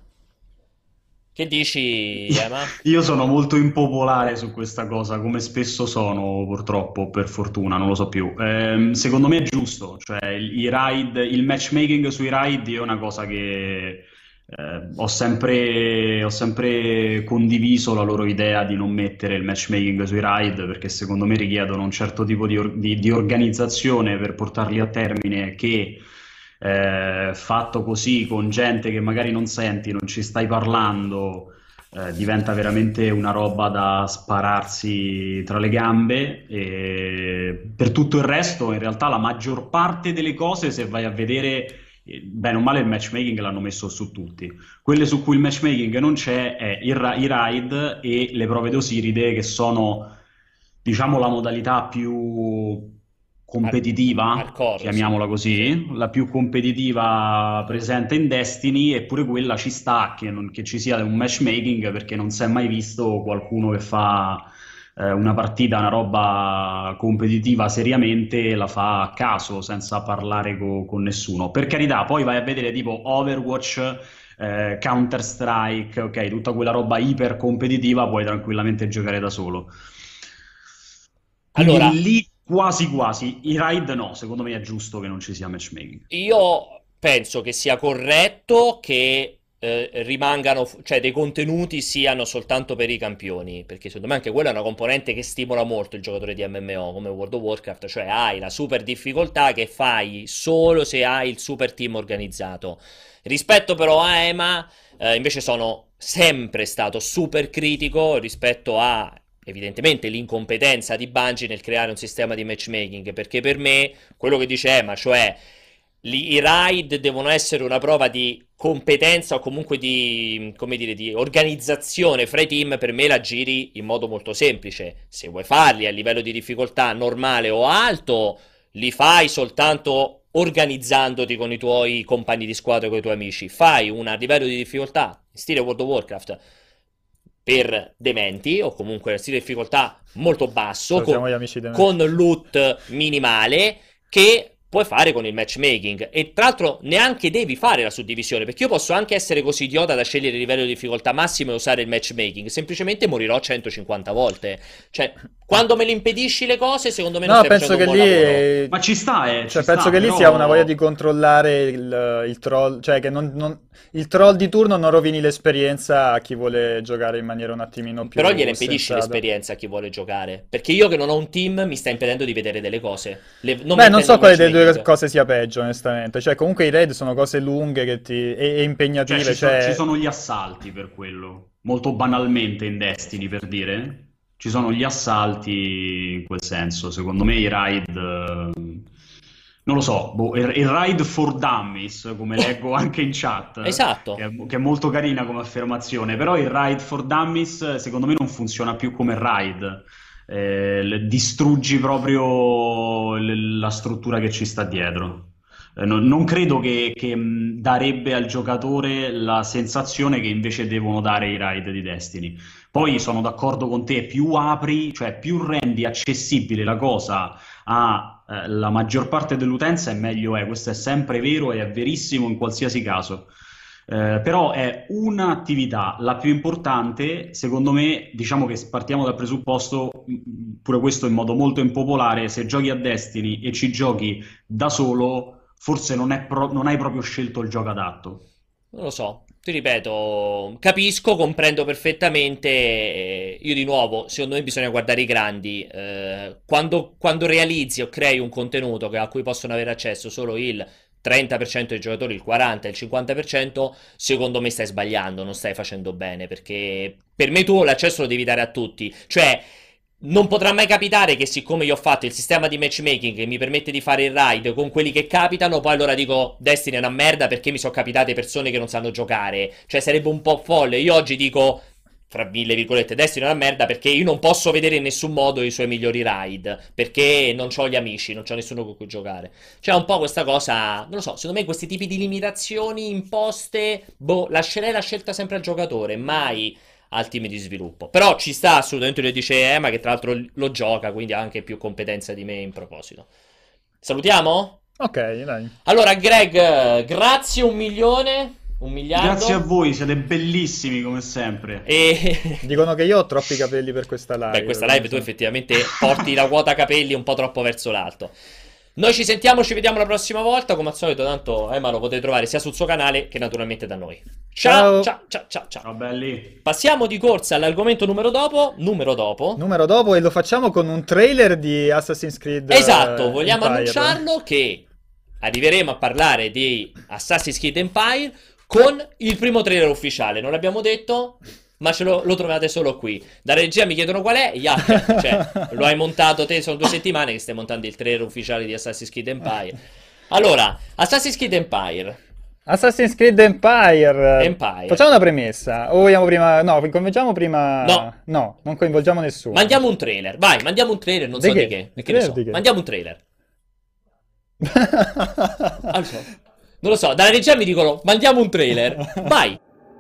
Che dici, Ema? Io sono molto impopolare su questa cosa, come spesso sono, purtroppo, per fortuna, non lo so più. Ehm, secondo me è giusto, cioè il, i raid, il matchmaking sui raid è una cosa che eh, ho sempre, ho sempre condiviso la loro idea di non mettere il matchmaking sui raid, perché secondo me richiedono un certo tipo di, or- di- di organizzazione per portarli a termine che eh, fatto così con gente che magari non senti, non ci stai parlando, eh, diventa veramente una roba da spararsi tra le gambe. E per tutto il resto, in realtà, la maggior parte delle cose, se vai a vedere, eh, bene o male, il matchmaking l'hanno messo su tutti. Quelle su cui il matchmaking non c'è è il ra- i raid e le prove d'Osiride, che sono, diciamo, la modalità più Ar- competitiva, hardcore, sì. chiamiamola Sì. così, la più competitiva presente in Destiny, eppure quella ci sta che, non- che ci sia un matchmaking, perché non si è mai visto qualcuno che fa eh, una partita, una roba competitiva seriamente, e la fa a caso, senza parlare co- con nessuno. Per carità, poi vai a vedere tipo Overwatch, eh, Counter-Strike, ok, tutta quella roba iper competitiva puoi tranquillamente giocare da solo. Allora, Quindi lì quasi quasi, i raid no, secondo me è giusto che non ci sia matchmaking. io penso che sia corretto che eh, rimangano, cioè dei contenuti siano soltanto per i campioni, perché secondo me anche quella è una componente che stimola molto il giocatore di M M O come World of Warcraft, cioè hai la super difficoltà che fai solo se hai il super team organizzato. Rispetto però a Ema, eh, invece sono sempre stato super critico rispetto a evidentemente l'incompetenza di Bungie nel creare un sistema di matchmaking, perché per me quello che dice Emma, cioè li- i raid devono essere una prova di competenza o comunque di, come dire, di organizzazione fra i team, per me la giri in modo molto semplice. Se vuoi farli a livello di difficoltà normale o alto, li fai soltanto organizzandoti con i tuoi compagni di squadra, con i tuoi amici. Fai un a livello di difficoltà, in stile World of Warcraft, per dementi o comunque a stile di difficoltà molto basso, con, Salutiamo gli amici di me. con loot minimale, che puoi fare con il matchmaking. E tra l'altro neanche devi fare la suddivisione, perché io posso anche essere così idiota da scegliere il livello di difficoltà massimo e usare il matchmaking, semplicemente morirò centocinquanta volte. Cioè, quando me lo impedisci le cose, secondo me non No, stai penso facendo un che buon lì, lavoro. eh, Ma ci sta, eh, cioè, ci penso sta, che lì sia una voglia di però controllare il, il troll, cioè che non, non- il troll di turno non rovini l'esperienza a chi vuole giocare in maniera un attimino Però gliene più impedisci sensata. l'esperienza a chi vuole giocare. Perché io che non ho un team mi sta impedendo di vedere delle cose. Le- non Beh, non mettendo so il quale delle due matchmaking. cose sia peggio, onestamente. Cioè, comunque i raid sono cose lunghe che ti... e, e cioè, impegnative, ci, so- ci cioè... sono gli assalti per quello, molto banalmente in Destiny, per dire. Ci sono gli assalti in quel senso. Secondo me i raid, eh, non lo so, boh, il, il raid for dummies, come leggo anche in chat, che Esatto. è, che è molto carina come affermazione, però il raid for dummies secondo me non funziona più come raid. Eh, le- distruggi proprio l- la struttura che ci sta dietro. Eh, non, non credo che, che, mh, darebbe al giocatore la sensazione che invece devono dare i raid di Destiny. Poi sono d'accordo con te, più apri, cioè più rendi accessibile la cosa a eh, la maggior parte dell'utenza e meglio è. Questo è sempre vero e è verissimo in qualsiasi caso. Eh, però è un'attività, la più importante, secondo me. Diciamo che partiamo dal presupposto, mh, pure questo in modo molto impopolare: se giochi a Destiny e ci giochi da solo, forse non, è pro- non hai proprio scelto il gioco adatto. Non lo so, ti ripeto, capisco, comprendo perfettamente. eh, Io di nuovo, secondo me bisogna guardare i grandi. eh, quando, quando realizzi o crei un contenuto che- a cui possono avere accesso solo il trenta per cento dei giocatori, il quaranta per cento, il cinquanta per cento, secondo me stai sbagliando, non stai facendo bene, perché per me tu l'accesso lo devi dare a tutti. Cioè, non potrà mai capitare che, siccome io ho fatto il sistema di matchmaking che mi permette di fare il raid con quelli che capitano, poi allora dico Destiny è una merda perché mi sono capitate persone che non sanno giocare. Cioè, sarebbe un po' folle. Io oggi dico, fra mille virgolette, Destiny è una merda perché io non posso vedere in nessun modo i suoi migliori raid, perché non ho gli amici, non c'ho nessuno con cui giocare. C'è un po' questa cosa, non lo so, secondo me questi tipi di limitazioni imposte, boh, lascerei la scelta sempre al giocatore, mai al team di sviluppo. Però ci sta assolutamente, lo dice Emma, che tra l'altro lo gioca, quindi ha anche più competenza di me in proposito. Salutiamo? Ok, dai. Allora, Greg, grazie un milione, un miliardo. Grazie a voi, siete bellissimi come sempre. E... Dicono che io ho troppi capelli per questa live. Beh, questa live tu effettivamente porti la quota capelli un po' troppo verso l'alto. Noi ci sentiamo, ci vediamo la prossima volta. Come al solito, tanto Emma lo potete trovare sia sul suo canale che naturalmente da noi. Ciao, Ciao. ciao, ciao, ciao, ciao. Ciao belli. Passiamo di corsa all'argomento numero dopo. Numero dopo. Numero dopo, e lo facciamo con un trailer di Assassin's Creed. Esatto, eh, vogliamo Empire. annunciarlo che arriveremo a parlare di Assassin's Creed Empire con il primo trailer ufficiale. Non l'abbiamo detto, ma ce lo, lo trovate solo qui. Da regia mi chiedono qual è. Jack, cioè, lo hai montato te, sono due settimane che stai montando il trailer ufficiale di Assassin's Creed Empire. Allora, Assassin's Creed Empire. Assassin's Creed Empire. Empire. Facciamo una premessa. O vogliamo prima. No, coinvolgiamo prima. No. No, non coinvolgiamo nessuno. Mandiamo un trailer. Vai, mandiamo un trailer, non Di so che? di che. Che ne Trailer so. di che? Mandiamo un trailer. Ah, lo so. Non lo so, dalla regia mi dicono mandiamo un trailer. Vai.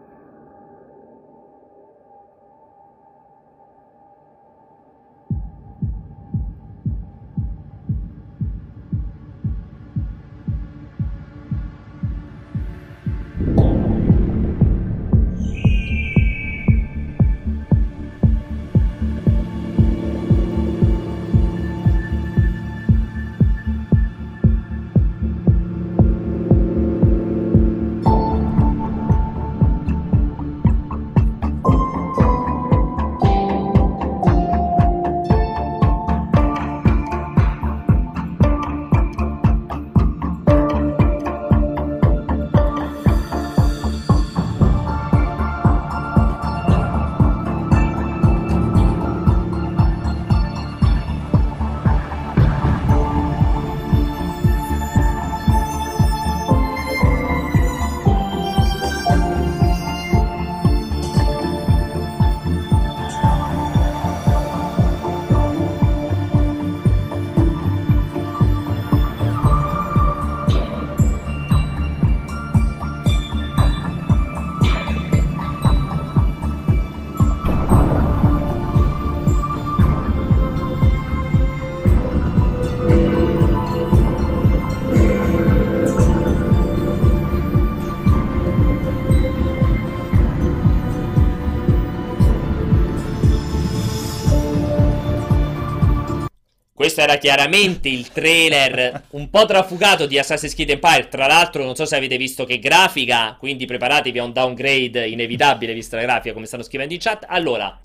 Questo era chiaramente il trailer un po' trafugato di Assassin's Creed Empire. Tra l'altro, non so se avete visto che grafica, quindi preparatevi a un downgrade inevitabile vista la grafica, come stanno scrivendo in chat. Allora,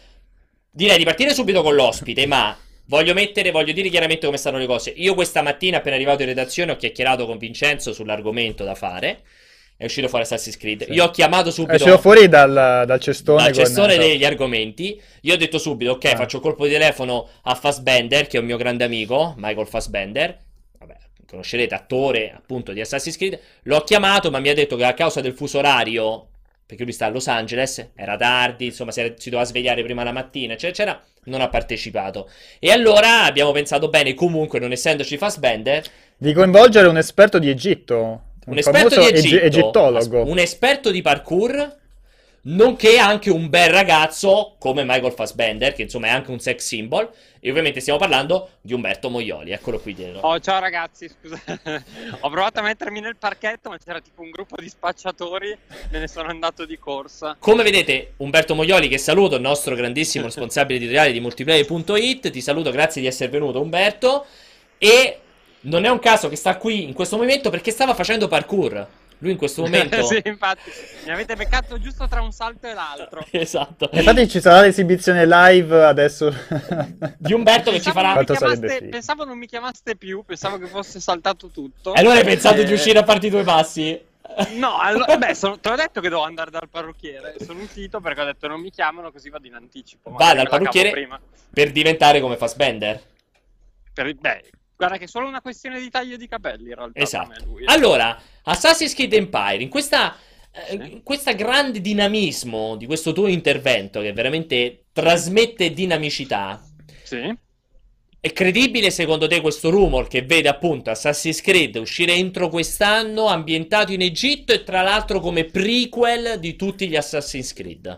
direi di partire subito con l'ospite, ma voglio mettere, voglio dire chiaramente come stanno le cose. Io questa mattina, appena arrivato in redazione, ho chiacchierato con Vincenzo sull'argomento da fare. È uscito fuori Assassin's Creed. Sì. Io ho chiamato subito. È uscito fuori dal, dal cestone. Dal cestone con... degli argomenti. Io ho detto subito, ok, Ah. faccio colpo di telefono a Fassbender, che è un mio grande amico, Michael Fassbender. Vabbè, conoscerete, attore appunto di Assassin's Creed. L'ho chiamato, ma mi ha detto che a causa del fuso orario, perché lui sta a Los Angeles, era tardi, insomma si, era- si doveva svegliare prima la mattina, eccetera, eccetera, non ha partecipato. E allora abbiamo pensato bene, comunque, non essendoci Fassbender, Di coinvolgere un esperto di Egitto. un esperto famoso di egi- Egitto, egittologo. un esperto di parkour, nonché anche un bel ragazzo come Michael Fassbender, che insomma è anche un sex symbol, e ovviamente stiamo parlando di Umberto Moioli, eccolo qui dietro. Oh, ciao ragazzi, scusa, ho provato a mettermi nel parchetto, ma c'era tipo un gruppo di spacciatori, me ne sono andato di corsa. Come vedete, Umberto Moioli, che saluto, il nostro grandissimo responsabile editoriale di multiplayer punto it, ti saluto, grazie di essere venuto Umberto, e non è un caso che sta qui in questo momento perché stava facendo parkour. Lui in questo momento... Sì, infatti, mi avete beccato giusto tra un salto e l'altro. Esatto. Infatti ci sarà l'esibizione live adesso di Umberto che ci farà... Non mi chiamaste, pensavo non mi chiamaste più, pensavo che fosse saltato tutto. E allora hai pensato e... di uscire a farti due passi? No, allora, beh, sono, te l'ho detto che devo andare dal parrucchiere. Sono uscito perché ho detto non mi chiamano, così vado in anticipo. Va dal parrucchiere per diventare come Fassbender. Per, beh, guarda che è solo una questione di taglio di capelli in realtà. Esatto. Lui, eh. Allora, Assassin's Creed Empire, in questa, sì. eh, in questa grande dinamismo di questo tuo intervento che veramente trasmette dinamicità. Sì. È credibile secondo te questo rumor che vede appunto Assassin's Creed uscire entro quest'anno, ambientato in Egitto e tra l'altro come prequel di tutti gli Assassin's Creed?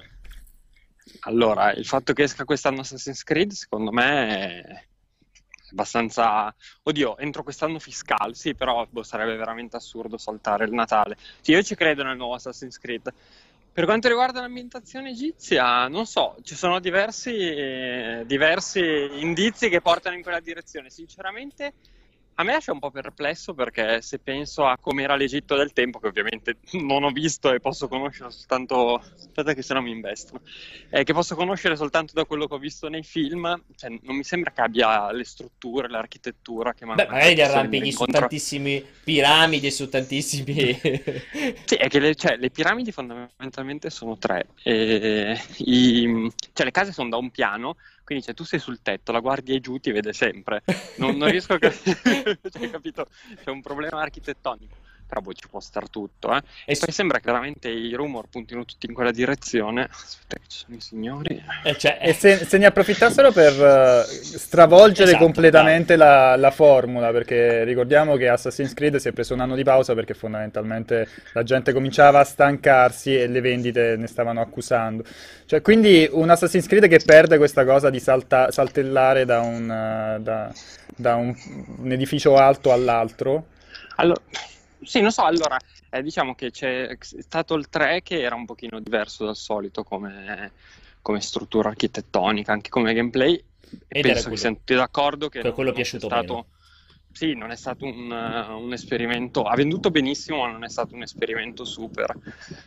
Allora, il fatto che esca quest'anno Assassin's Creed secondo me è abbastanza... Oddio, entro quest'anno fiscale, sì, però boh, sarebbe veramente assurdo saltare il Natale. Sì, io ci credo nel nuovo Assassin's Creed. Per quanto riguarda l'ambientazione egizia, non so, ci sono diversi, eh, diversi indizi che portano in quella direzione. Sinceramente, a me lascia un po' perplesso perché se penso a com'era l'Egitto del tempo, che ovviamente non ho visto e posso conoscere soltanto... Aspetta che se no mi investono. Eh, che posso conoscere soltanto da quello che ho visto nei film, cioè, non mi sembra che abbia le strutture, l'architettura che Beh, magari ti arrampighi su tantissime piramidi e su tantissimi... Sì, è che le, cioè, le piramidi fondamentalmente sono tre. E i, cioè, le case sono da un piano, quindi cioè, tu sei sul tetto, la guardi e giù ti vede sempre. Non, non riesco a capire, cioè, capito? C'è un problema architettonico. Però poi ci può star tutto, eh. E poi sembra che veramente i rumor puntino tutti in quella direzione. Aspetta che ci sono i signori. E, cioè, e se, se ne approfittassero per uh, stravolgere esatto, completamente la, la formula, perché ricordiamo che Assassin's Creed si è preso un anno di pausa perché fondamentalmente la gente cominciava a stancarsi e le vendite ne stavano accusando. Cioè, quindi un Assassin's Creed che perde questa cosa di salta, saltellare da, un, uh, da, da un, un edificio alto all'altro. Allora... Sì, non so, allora, eh, diciamo che c'è stato il tre che era un pochino diverso dal solito come, come struttura architettonica, anche come gameplay, e penso che siamo tutti d'accordo che per quello non, piaciuto non è stato, meno. Sì, non è stato un, un esperimento, ha venduto benissimo, ma non è stato un esperimento super.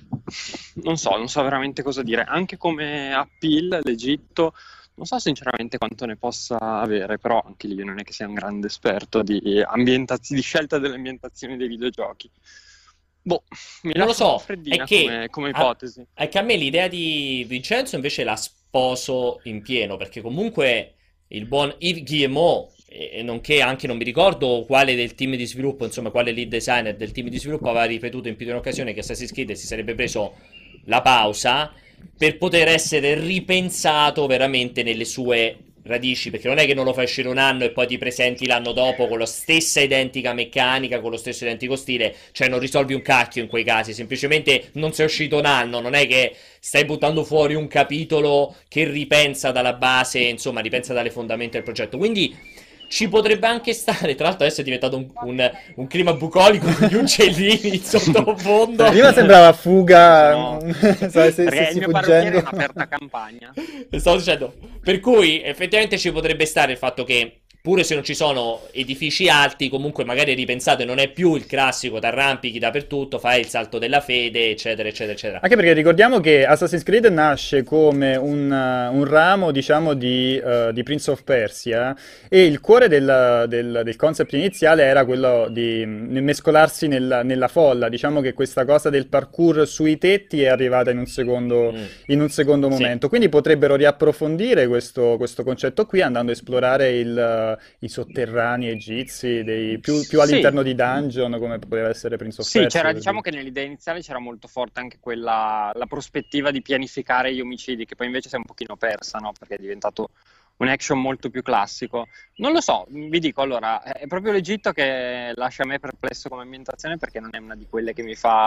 Non so, non so veramente cosa dire, anche come appeal l'Egitto, non so sinceramente quanto ne possa avere, però anche lì io non è che sia un grande esperto di, ambientaz- di scelta delle ambientazioni dei videogiochi. Boh, mi non lo so, freddina è che come, come ipotesi. A, è che a me l'idea di Vincenzo invece la sposo in pieno, perché comunque il buon Yves Guillemot, e nonché anche non mi ricordo quale del team di sviluppo, insomma quale lead designer del team di sviluppo aveva ripetuto in più di un'occasione che Assassin's Creed si sarebbe preso la pausa per poter essere ripensato veramente nelle sue radici, perché non è che non lo fai uscire un anno e poi ti presenti l'anno dopo con la stessa identica meccanica, con lo stesso identico stile, cioè non risolvi un cacchio in quei casi, semplicemente non sei uscito un anno, non è che stai buttando fuori un capitolo che ripensa dalla base, insomma ripensa dalle fondamenta del progetto, quindi ci potrebbe anche stare. Tra l'altro adesso è diventato un, un, un clima bucolico con gli uccellini in sottofondo. Prima sembrava fuga, no, se, se, perché se il mio fuggendo. parrucchiere è un'aperta campagna. Stavo dicendo, per cui effettivamente ci potrebbe stare il fatto che pure se non ci sono edifici alti, comunque magari ripensate, non è più il classico t'arrampichi dappertutto, fai il salto della fede, eccetera, eccetera, eccetera. Anche perché ricordiamo che Assassin's Creed nasce come un, uh, un ramo, diciamo, di, uh, di Prince of Persia, e il cuore del, del, del concept iniziale era quello di mm, mescolarsi nella, nella folla. Diciamo che questa cosa del parkour sui tetti è arrivata in un secondo, Mm. in un secondo momento, Sì. quindi potrebbero riapprofondire questo, questo concetto qui andando a esplorare il... i sotterranei egizi, dei, più, più Sì. all'interno di dungeon, come poteva essere Prince of Sì, Persia. c'era, per diciamo dire. che nell'idea iniziale c'era molto forte anche quella, la prospettiva di pianificare gli omicidi, che poi invece si è un pochino persa, no? Perché è diventato un action molto più classico. Non lo so, vi dico, allora, è proprio l'Egitto che lascia a me perplesso come ambientazione, perché non è una di quelle che mi fa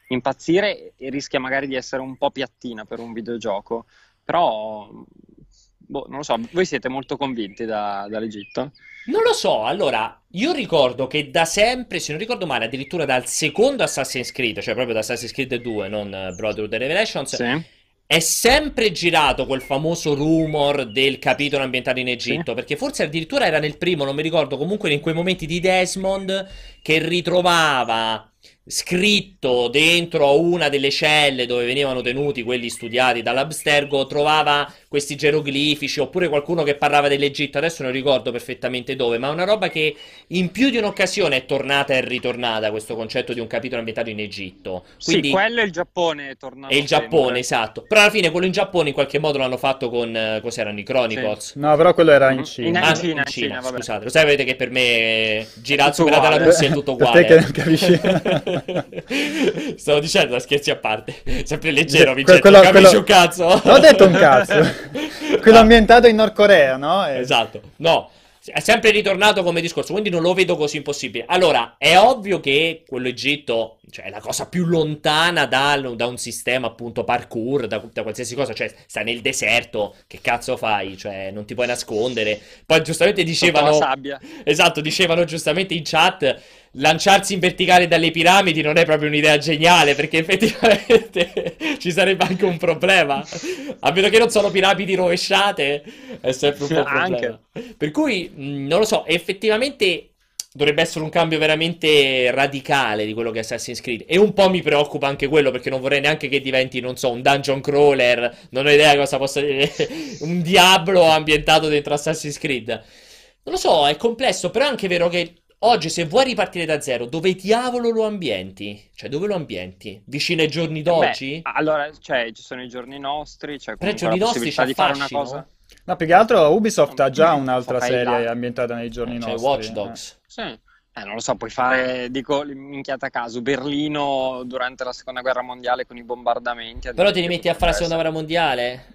impazzire e rischia magari di essere un po' piattina per un videogioco, però boh, non lo so, voi siete molto convinti da- dall'Egitto? Non lo so, allora, io ricordo che da sempre, se non ricordo male, addirittura dal secondo Assassin's Creed, cioè proprio da Assassin's Creed due, non eh, Brotherhood and Revelations, Sì, è sempre girato quel famoso rumor del capitolo ambientato in sì, Egitto, perché forse addirittura era nel primo, non mi ricordo, comunque in quei momenti di Desmond che ritrovava scritto dentro a una delle celle dove venivano tenuti quelli studiati dall'Abstergo, trovava questi geroglifici, oppure qualcuno che parlava dell'Egitto, adesso non ricordo perfettamente dove, ma è una roba che in più di un'occasione è tornata e ritornata, questo concetto di un capitolo ambientato in Egitto. sì, Quindi quello e il Giappone e tornano il Giappone, sempre. esatto. Però alla fine quello in Giappone in qualche modo l'hanno fatto con, eh, cos'erano, i Sì. Chronicles. No, però quello era in Mhm. In, Cina. Ah, in no, Cina, in in Cina, Cina, vabbè. scusate. Lo sapete che per me È girata, tutto superata la uguale. Russia è tutto Per te che uguale. non capisci. Stavo dicendo, da scherzi a parte. Sempre leggero, Que- Vincenzo, quello- non capisci quello- un cazzo. Non ho detto un cazzo. Quello No. ambientato in Nord Corea, no? E- Esatto, no, è sempre ritornato come discorso, quindi non lo vedo così impossibile. Allora, è ovvio che quello Egitto, cioè, è la cosa più lontana da, da un sistema appunto parkour, da, da qualsiasi cosa, cioè, stai nel deserto, che cazzo fai? Cioè, non ti puoi nascondere. Poi giustamente Sotto la dicevano, sabbia. esatto, dicevano giustamente in chat, lanciarsi in verticale dalle piramidi non è proprio un'idea geniale, perché effettivamente ci sarebbe anche un problema. A meno che non sono piramidi rovesciate, è sempre un po' un problema. Anche. Per cui, mh, non lo so, effettivamente dovrebbe essere un cambio veramente radicale di quello che è Assassin's Creed. E un po' mi preoccupa anche quello, perché non vorrei neanche che diventi, non so, un dungeon crawler, non ho idea cosa possa dire, un Diablo ambientato dentro Assassin's Creed. Non lo so, è complesso, però è anche vero che oggi se vuoi ripartire da zero, dove diavolo lo ambienti? Cioè, dove lo ambienti? Vicino ai giorni Eh Beh, d'oggi? allora, cioè, ci sono i giorni nostri, c'è Però i comunque giorni la nostri possibilità ci di fare una affascino. cosa. No, più che altro Ubisoft ha già un'altra Fai serie là. ambientata nei giorni Eh, C'è nostri. Watch eh. Dogs. Sì. Eh, non lo so, puoi fare, dico, minchiata a caso, Berlino durante la seconda guerra mondiale con i bombardamenti. ad Però te li esempio, metti a fare la seconda potrebbe guerra mondiale?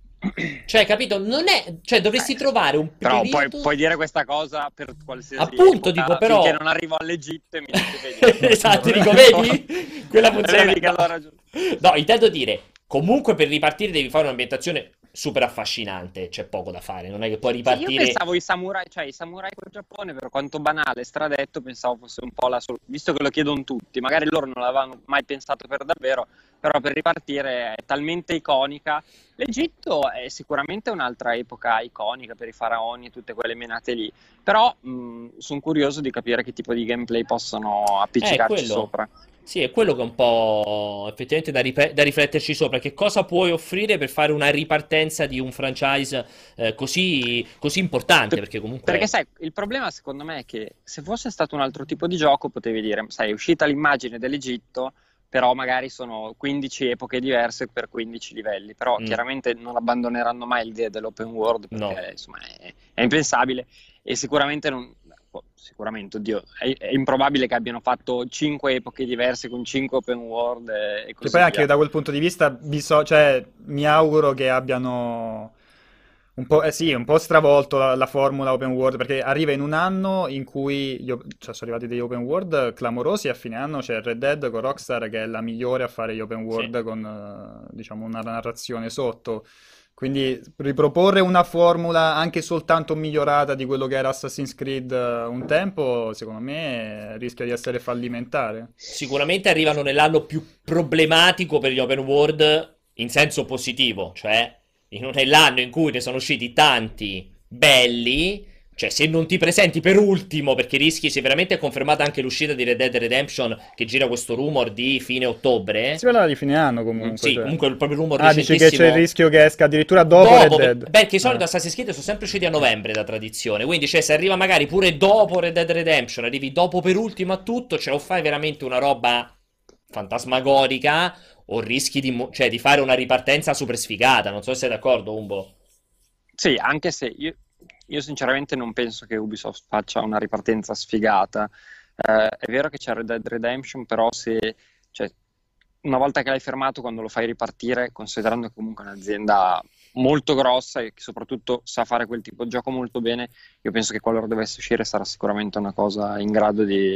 Cioè, capito? Non è... Cioè, dovresti essere. trovare un Però puoi, periodo... puoi dire questa cosa per qualsiasi Appunto, epoca, dico, però... finché non arrivo all'Egitto e mi dici, vedi, Esatto, dico, vedi? Quella funziona. vedi che No. allora... No, intendo dire, comunque per ripartire devi fare un'ambientazione super affascinante, c'è poco da fare, non è che puoi Sì, io ripartire... pensavo i samurai, cioè i samurai col Giappone, per quanto banale, stradetto, pensavo fosse un po' la soluzione, visto che lo chiedono tutti, magari loro non l'avevano mai pensato per davvero, però per ripartire è talmente iconica. L'Egitto è sicuramente un'altra epoca iconica per i faraoni e tutte quelle menate lì, però sono curioso di capire che tipo di gameplay possono Eh, appiccicarci quello. sopra. Sì, è quello che è un po' effettivamente da, ripre- da rifletterci sopra. Che cosa puoi offrire per fare una ripartenza di un franchise eh, così, così importante? Perché comunque... Perché sai, il problema secondo me è che se fosse stato un altro tipo di gioco potevi dire, sai, è uscita l'immagine dell'Egitto, però magari sono quindici epoche diverse per quindici livelli, però Mm. chiaramente non abbandoneranno mai l'idea dell'open world perché No. insomma è, è impensabile e sicuramente non... Sicuramente, oddio, è, è improbabile che abbiano fatto cinque epoche diverse con cinque open world e, e Che così poi anche via. da quel punto di vista, biso- cioè, mi auguro che abbiano un po', eh sì, un po' stravolto la, la formula open world, perché arriva in un anno in cui gli op- cioè, sono arrivati degli open world clamorosi, e a fine anno c'è Red Dead con Rockstar che è la migliore a fare gli open Sì. world con, eh, diciamo, una narrazione sotto. Quindi riproporre una formula anche soltanto migliorata di quello che era Assassin's Creed eh, un tempo, secondo me rischia di essere fallimentare. Sicuramente arrivano nell'anno più problematico per gli open world in senso positivo, cioè in- nell'anno in cui ne sono usciti tanti belli, cioè se non ti presenti per ultimo, perché rischi, se veramente è confermata anche l'uscita di Red Dead Redemption, che gira questo rumor di fine ottobre. Si parla di fine anno comunque. Sì, cioè. comunque il proprio rumor Ah, dici che c'è recentissimo. il rischio che esca addirittura dopo Red Dopo, Dead. beh, che i soliti Ah. Assassin's Creed sono sempre usciti a novembre da tradizione, quindi cioè se arriva magari pure dopo Red Dead Redemption, arrivi dopo per ultimo a tutto, cioè o fai veramente una roba fantasmagorica o rischi di, mo- cioè, di fare una ripartenza super sfigata, non so se sei d'accordo, Umbo. Sì, anche se io, io sinceramente non penso che Ubisoft faccia una ripartenza sfigata. Eh, è vero che c'è Red Dead Redemption, però se, cioè, una volta che l'hai fermato, quando lo fai ripartire, considerando che comunque è un'azienda molto grossa e che soprattutto sa fare quel tipo di gioco molto bene, io penso che qualora dovesse uscire sarà sicuramente una cosa in grado di,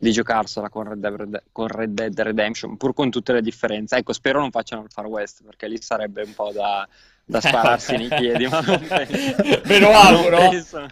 di giocarsela con Red Dead, con Red Dead Redemption, pur con tutte le differenze. Ecco, spero non facciano il Far West, perché lì sarebbe un po' da, da spararsi nei piedi, ma non penso. Me lo auguro. Non penso.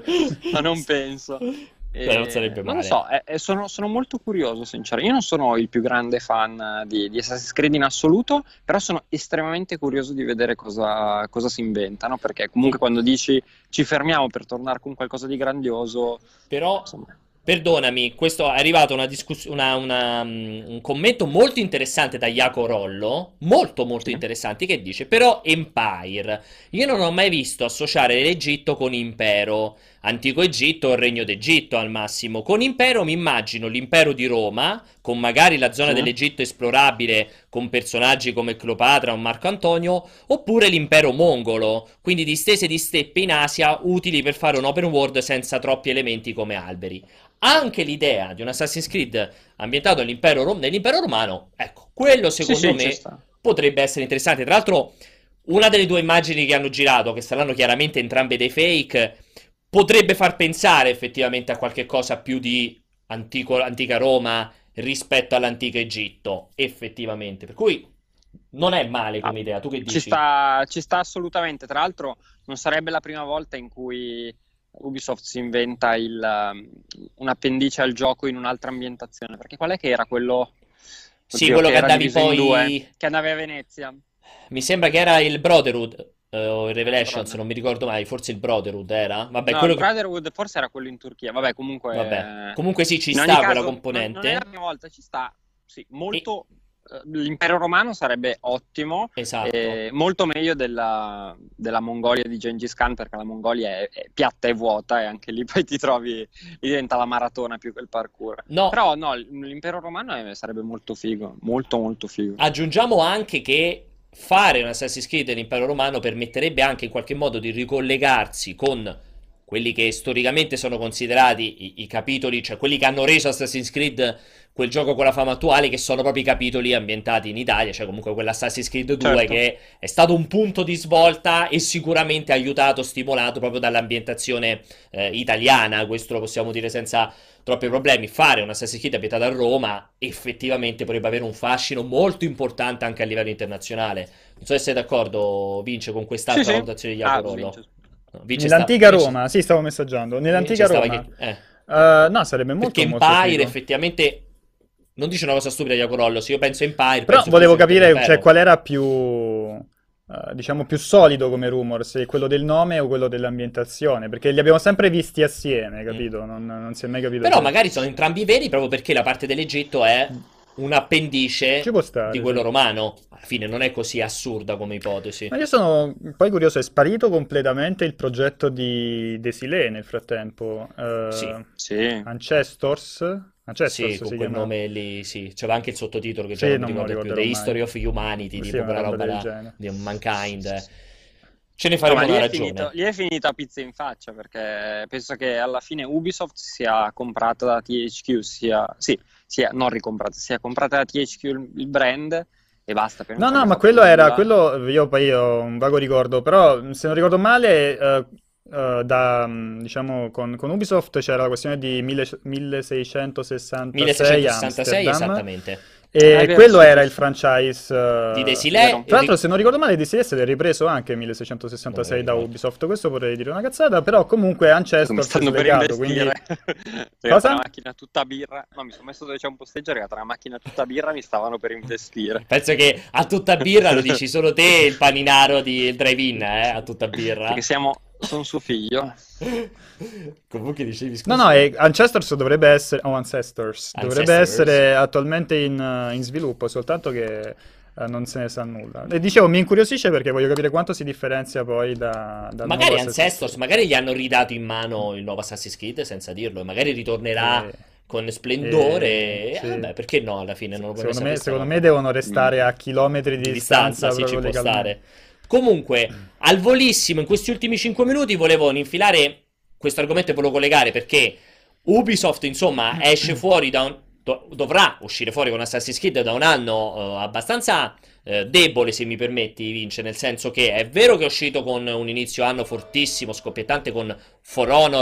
Ma non penso. Beh, non sarebbe non lo male. so, eh, eh, sono, sono molto curioso, sinceramente. Io non sono il più grande fan di, di Assassin's Creed in assoluto, però sono estremamente curioso di vedere cosa, cosa si inventano, perché comunque quando dici ci fermiamo per tornare con qualcosa di grandioso, Però, insomma. perdonami, questo è arrivato una discuss- una- una, mm, un commento molto interessante da Jaco Rollo, molto molto Sì. interessante, che dice, però Empire, io non ho mai visto associare l'Egitto con impero, antico Egitto o Regno d'Egitto al massimo, con impero mi immagino l'impero di Roma, con magari la zona Sì. dell'Egitto esplorabile, con personaggi come Cleopatra o Marco Antonio, oppure l'impero mongolo, quindi distese di steppe in Asia, utili per fare un open world senza troppi elementi come alberi. Anche l'idea di un Assassin's Creed ambientato nell'impero, rom- nell'impero romano, ecco, quello Sì, secondo sì, ci me sta. potrebbe essere interessante. Tra l'altro, una delle due immagini che hanno girato, che saranno chiaramente entrambe dei fake, potrebbe far pensare effettivamente a qualche cosa più di antico- antica Roma rispetto all'antico Egitto, effettivamente. Per cui non è male come Ah, idea. Tu che ci dici? sta, ci sta assolutamente. Tra l'altro, non sarebbe la prima volta in cui Ubisoft si inventa il, um, un appendice al gioco in un'altra ambientazione. Perché qual è che era quello, Sì, oddio, quello che che era andavi diviso in due, poi... che andavi a Venezia? Mi sembra che era il Brotherhood, eh, o il Revelations, Brother. non mi ricordo mai, forse il Brotherhood era? Vabbè, No, quello il che... Brotherhood forse era quello in Turchia. Vabbè, comunque, Vabbè, comunque sì, ci in ogni sta quella caso, non, non è la componente. prima volta, ci sta. Sì, E... molto. eh, L'impero romano sarebbe ottimo, Esatto. eh, molto meglio della, della Mongolia di Gengis Khan, perché la Mongolia è, è piatta e vuota, e anche lì poi ti trovi, lì diventa la maratona più che il parkour. No, Però no, l'impero romano è- sarebbe molto figo, molto molto figo. aggiungiamo anche che fare un Assassin's Creed dell'impero romano permetterebbe anche in qualche modo di ricollegarsi con quelli che storicamente sono considerati i, i capitoli, cioè quelli che hanno reso Assassin's Creed quel gioco con la fama attuale, che sono proprio i capitoli ambientati in Italia, cioè comunque quell'Assassin's Creed due Certo. che è stato un punto di svolta e sicuramente aiutato, stimolato proprio dall'ambientazione eh, italiana, questo lo possiamo dire senza troppi problemi. Fare un Assassin's Creed ambientato a Roma effettivamente potrebbe avere un fascino molto importante anche a livello internazionale. Non so se sei d'accordo, Vince, con Sì, quest'altra sì. valutazione di Ah, Jaco Rollo. Vince. No, Vince sta- Nell'antica Vince- Roma, sì, stavo messaggiando. Vince Nell'antica stava Roma, chied- eh. eh, no, sarebbe molto Perché molto Empire figo. effettivamente non dice una cosa stupida Jaco Rollo, se io penso a Empire Però penso volevo più capire, all'impero. cioè, qual era più, eh, diciamo, più solido come rumor, se quello del nome o quello dell'ambientazione, perché li abbiamo sempre visti assieme, capito? Non, non si è mai capito. Però se- magari sono entrambi veri proprio perché la parte dell'Egitto è un appendice Ci può stare, di quello sì. romano. Alla fine non è così assurda come ipotesi. Ma io sono poi curioso, è sparito completamente il progetto di Desilé nel frattempo. Eh, Sì. Sì. Ancestors? Ancestors Sì, con si quel chiama? nome lì, sì. C'era anche il sottotitolo che Sì, già non mi non me lo ricordo più. ricorderò The mai. History of Humanity, Sì, tipo una quella roba roba del là genere. di Mankind. eh. Ce ne No, faremo ma lì una è, ragione. finito, lì è finito a pizza in faccia, perché penso che alla fine Ubisoft sia comprata da T H Q, sia, sì, sia non ricomprata, sia comprata da T H Q il, il brand e basta. poi non No, no, sarebbe ma fatto quello era, nulla. quello, io poi ho un vago ricordo, però se non ricordo male, eh, eh, da, mh, diciamo, con, con Ubisoft c'era la questione di mille- milleseicentosessantasei milleseicentosessantasei Amsterdam, esattamente. e Ah, è vero, quello sì, era sì, il sì. franchise, eh, Di Vero. Desilè. tra l'altro, se non ricordo male, di D C S è ripreso anche milleseicentosessantasei da ricordo. Ubisoft, questo potrei dire una cazzata, però comunque Come Ancestors è stanno per slegato, quindi... investire. Perché Cosa? tra la macchina tutta birra. No, mi sono messo dove c'è un posteggio, perché tra la macchina tutta birra mi stavano per investire. Penso che a tutta birra lo dici solo te e il paninaro di drive-in, eh? A tutta birra. Perché siamo. Sono suo figlio. Comunque dicevi scusa. No, no, e Ancestors dovrebbe essere, o Ancestors, dovrebbe Ancestors. essere attualmente in, eh, in sviluppo, soltanto che eh, non se ne sa nulla. E dicevo, mi incuriosisce perché voglio capire quanto si differenzia poi da, dal Magari nuovo Assassin's Ancestors, magari gli hanno ridato in mano il nuovo Assassin's Creed senza dirlo, e magari ritornerà Creed. con splendore. Eh, E, sì. vabbè, perché no? Alla fine non lo puoi mai Secondo me, sapere sta secondo roba. me devono restare a chilometri di Di distanza, distanza, sì, ci proprio può legalmente. stare. Comunque, al volissimo, in questi ultimi cinque minuti volevo infilare questo argomento e volevo collegare perché Ubisoft, insomma, esce fuori da un... do- dovrà uscire fuori con Assassin's Creed da un anno eh, abbastanza eh, debole, se mi permetti, Vince, nel senso che è vero che è uscito con un inizio anno fortissimo, scoppiettante con For Honor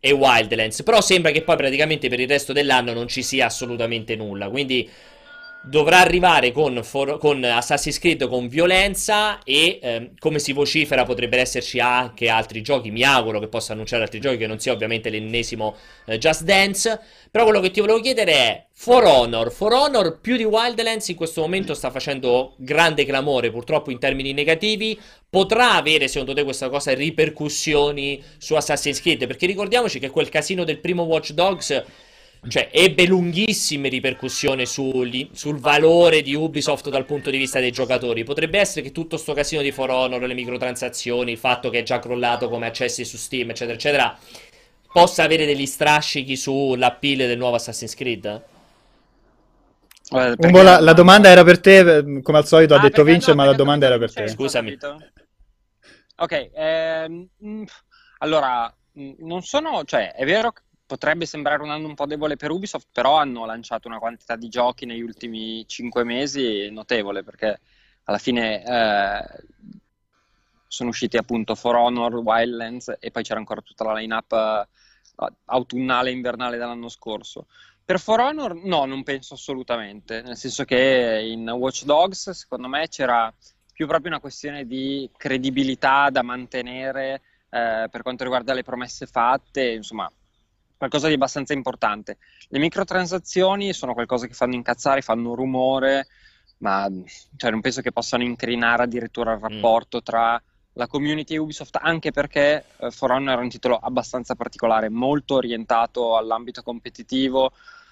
e Wildlands, però sembra che poi praticamente per il resto dell'anno non ci sia assolutamente nulla, quindi dovrà arrivare con, for- con Assassin's Creed con violenza e ehm, come si vocifera potrebbero esserci anche altri giochi, mi auguro che possa annunciare altri giochi, che non sia ovviamente l'ennesimo eh, Just Dance. Però quello che ti volevo chiedere è For Honor, For Honor più di Wildlands in questo momento sta facendo grande clamore purtroppo in termini negativi. Potrà avere secondo te questa cosa ripercussioni su Assassin's Creed? Perché ricordiamoci che quel casino del primo Watch Dogs, cioè, ebbe lunghissime ripercussioni sul, sul valore di Ubisoft dal punto di vista dei giocatori. Potrebbe essere che tutto sto casino di For Honor, le microtransazioni, il fatto che è già crollato come accessi su Steam, eccetera, eccetera, possa avere degli strascichi sull'appeal del nuovo Assassin's Creed? Eh, Un po' la, la domanda era per te, come al solito ha Ah, detto perché- Vince, no, ma la perché ho domanda era capito per te. Vincenzo, ho Scusami. capito? Ok, ehm, mm, allora, mm, non sono, cioè, è vero che potrebbe sembrare un anno un po' debole per Ubisoft, però hanno lanciato una quantità di giochi negli ultimi cinque mesi notevole, perché alla fine eh, sono usciti appunto For Honor, Wildlands e poi c'era ancora tutta la line-up eh, autunnale e invernale dell'anno scorso. Per For Honor no, non penso assolutamente, nel senso che in Watch Dogs secondo me c'era più proprio una questione di credibilità da mantenere eh, per quanto riguarda le promesse fatte, insomma qualcosa di abbastanza importante. Le microtransazioni sono qualcosa che fanno incazzare, fanno rumore, ma cioè, non penso che possano incrinare addirittura il rapporto tra la community e Ubisoft, anche perché eh, For Honor era un titolo abbastanza particolare, molto orientato all'ambito competitivo.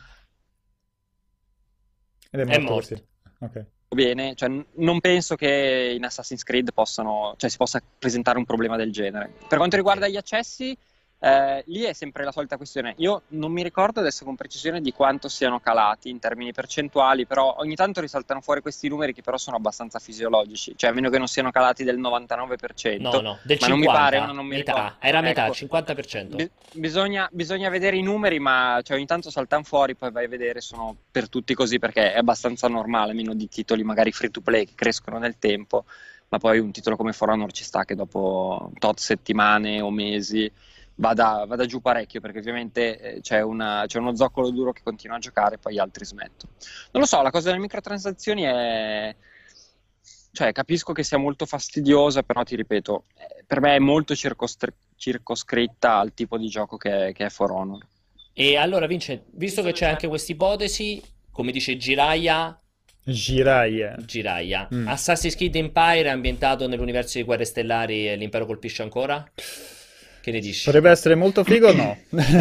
Ed è È morto morto. così. Ok. Bene, cioè, n- non penso che in Assassin's Creed possano, cioè, si possa presentare un problema del genere. Per quanto riguarda gli accessi, eh, lì è sempre la solita questione. Io non mi ricordo adesso con precisione di quanto siano calati in termini percentuali, però ogni tanto risaltano fuori questi numeri che però sono abbastanza fisiologici, cioè a meno che non siano calati del novantanove per cento. No, no, del ma non mi cinquanta, pare, ora non mi metà, ricordo. era metà, Ecco, cinquanta per cento. bi- bisogna, bisogna vedere i numeri, ma cioè, ogni tanto saltano fuori, poi vai a vedere, sono per tutti così, perché è abbastanza normale, meno di titoli magari free to play che crescono nel tempo, ma poi un titolo come For Honor ci sta che dopo tot settimane o mesi vada, vada giù parecchio, perché ovviamente eh, c'è, una, c'è uno zoccolo duro che continua a giocare e poi gli altri smettono. Non lo so, la cosa delle microtransazioni è... Cioè, capisco che sia molto fastidiosa, però ti ripeto, eh, per me è molto circoscri- circoscritta al tipo di gioco che è, che è For Honor. E allora, Vince, visto che c'è anche questa ipotesi, come dice Jiraiya, Jiraiya. Jiraiya, Mm. Assassin's Creed Empire è ambientato nell'universo di Guerre Stellari e l'impero colpisce ancora? Che ne dici? Potrebbe essere molto figo o no?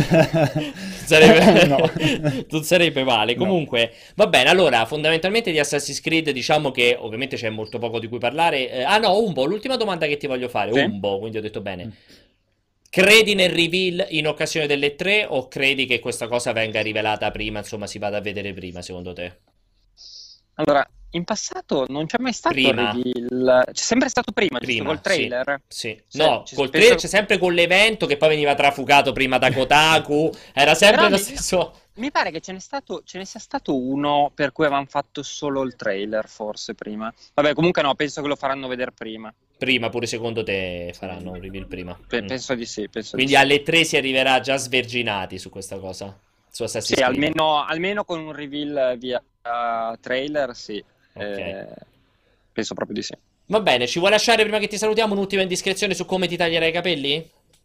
Sarebbe... No. Non sarebbe male. No. Comunque, va bene. Allora, fondamentalmente di Assassin's Creed, diciamo che ovviamente c'è molto poco di cui parlare. Eh, ah, no, Umbo, l'ultima domanda che ti voglio fare. Sì. Umbo, quindi ho detto bene. Credi nel reveal in occasione delle tre o credi che questa cosa venga rivelata prima, insomma, si vada a vedere prima, secondo te? Allora, in passato non c'è mai stato Prima. il reveal, c'è sempre stato prima, giusto Prima, col trailer? Sì. Sì, No, ci- col penso- trailer c'è sempre con l'evento che poi veniva trafugato prima da Kotaku. Era sempre Però lo mi- stesso. Mi pare che ce n'è stato, ce ne sia stato uno per cui avevano fatto solo il trailer, forse prima. Vabbè, comunque no, penso che lo faranno vedere prima. Prima, pure secondo te faranno un reveal prima. Pe- Mm. Penso di sì, penso Quindi di sì. alle tre si arriverà già sverginati su questa cosa. Su Assassin's Sì, Creed. almeno, almeno con un reveal via uh, trailer, sì. Ok. Eh, penso proprio di sì. Va bene, ci vuoi lasciare prima che ti salutiamo un'ultima indiscrezione su come ti taglierai i capelli?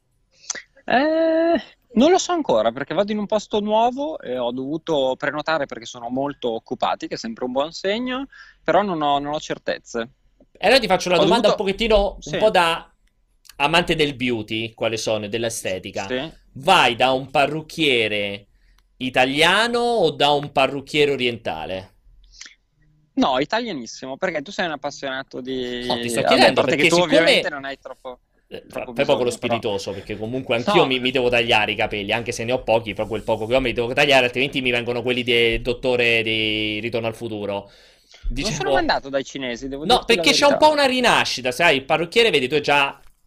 Eh, non lo so ancora perché vado in un posto nuovo e ho dovuto prenotare perché sono molto occupati, che è sempre un buon segno, però non ho, non ho certezze. E allora ti faccio una Ho domanda dovuto- un pochettino, Sì. un po' da amante del beauty, quale sono, e dell'estetica. Sì. Vai da un parrucchiere italiano o da un parrucchiere orientale? No, italianissimo, perché tu sei un appassionato di... No, ti sto Vabbè, chiedendo, a parte perché che tu siccome- ovviamente non hai troppo... Eh, Troppo Fai poco bisogno, lo però. spiritoso, perché comunque anch'io No. mi, mi devo tagliare i capelli, anche se ne ho pochi, però quel poco che ho me li devo tagliare, altrimenti mi vengono quelli del dottore di Ritorno al Futuro. Non Dicevo- sono mandato dai cinesi, devo No, dirti la perché c'è un verità. po' una rinascita, sai, il parrucchiere, vedi, tu hai già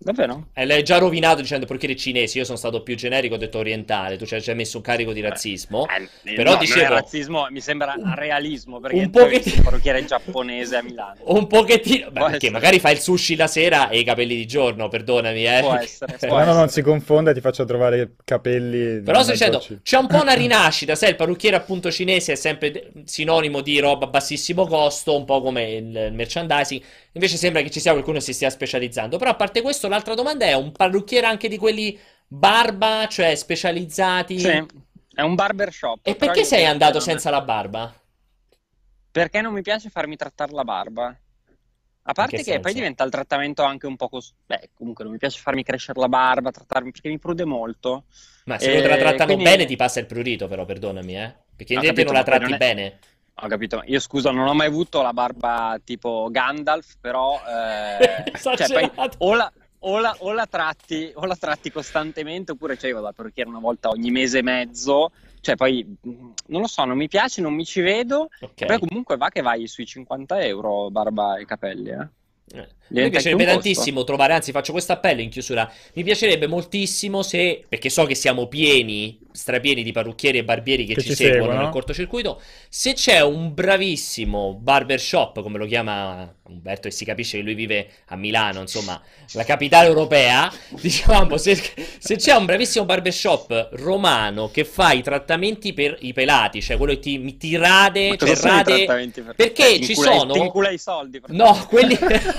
Davvero? E l'hai già rovinato dicendo parrucchiere cinesi. Io sono stato più generico, ho detto orientale. Tu ci hai già messo un carico di razzismo. Eh, Però no, dicevo. non è razzismo, mi sembra un, realismo, perché un tu hai visto pochettino. il parrucchiere giapponese a Milano. Un pochettino. Beh, Può perché essere. magari fai il sushi la sera e i capelli di giorno, perdonami, eh. Può essere, può Speriamo essere. non si confonda e ti faccio trovare capelli Però di sto mezzo dicendo, ci- c'è un po' una rinascita, sai, il parrucchiere appunto cinese è sempre de- sinonimo di roba a bassissimo costo, un po' come il, il merchandising, invece sembra che ci sia qualcuno che si stia specializzando. Però a parte questo, l'altra domanda è, un parrucchiere anche di quelli barba, cioè specializzati? Sì, è un barbershop. E però perché io sei penso andato che non è- senza la barba? Perché non mi piace farmi trattare la barba. A In parte che che poi senso? diventa il trattamento anche un po' cos- Beh, comunque non mi piace farmi crescere la barba, trattarmi perché mi prude molto. Ma se non te la E trattano quindi- bene ti passa il prurito, però perdonami, eh. Perché in Ho te capito, non la ma poi tratti non è- bene. Ho capito, io scusa, non ho mai avuto la barba tipo Gandalf, però eh, cioè, poi Esagerato. o la, o la- o la tratti, o la tratti costantemente, oppure cioè, io vado dal parrucchiere una volta ogni mese e mezzo, cioè poi mh, non lo so, non mi piace, non mi ci vedo, Ok. poi comunque va che vai sui cinquanta euro barba e capelli, eh. Eh, A me Diventa piacerebbe anche un costo. tantissimo trovare, anzi faccio questo appello in chiusura, mi piacerebbe moltissimo se, perché so che siamo pieni, strapieni di parrucchieri e barbieri che, Che ci, ci seguono seguono. nel cortocircuito, se c'è un bravissimo barbershop, come lo chiama Umberto, e si capisce che lui vive a Milano, insomma, la capitale europea, diciamo, se, se c'è un bravissimo barbershop romano che fa i trattamenti per i pelati, cioè quello che ti, ti rade, Ma cosa cioè sono i rade, trattamenti per- perché Eh, ti ci incula- sono... ti incula i soldi, No, quelli...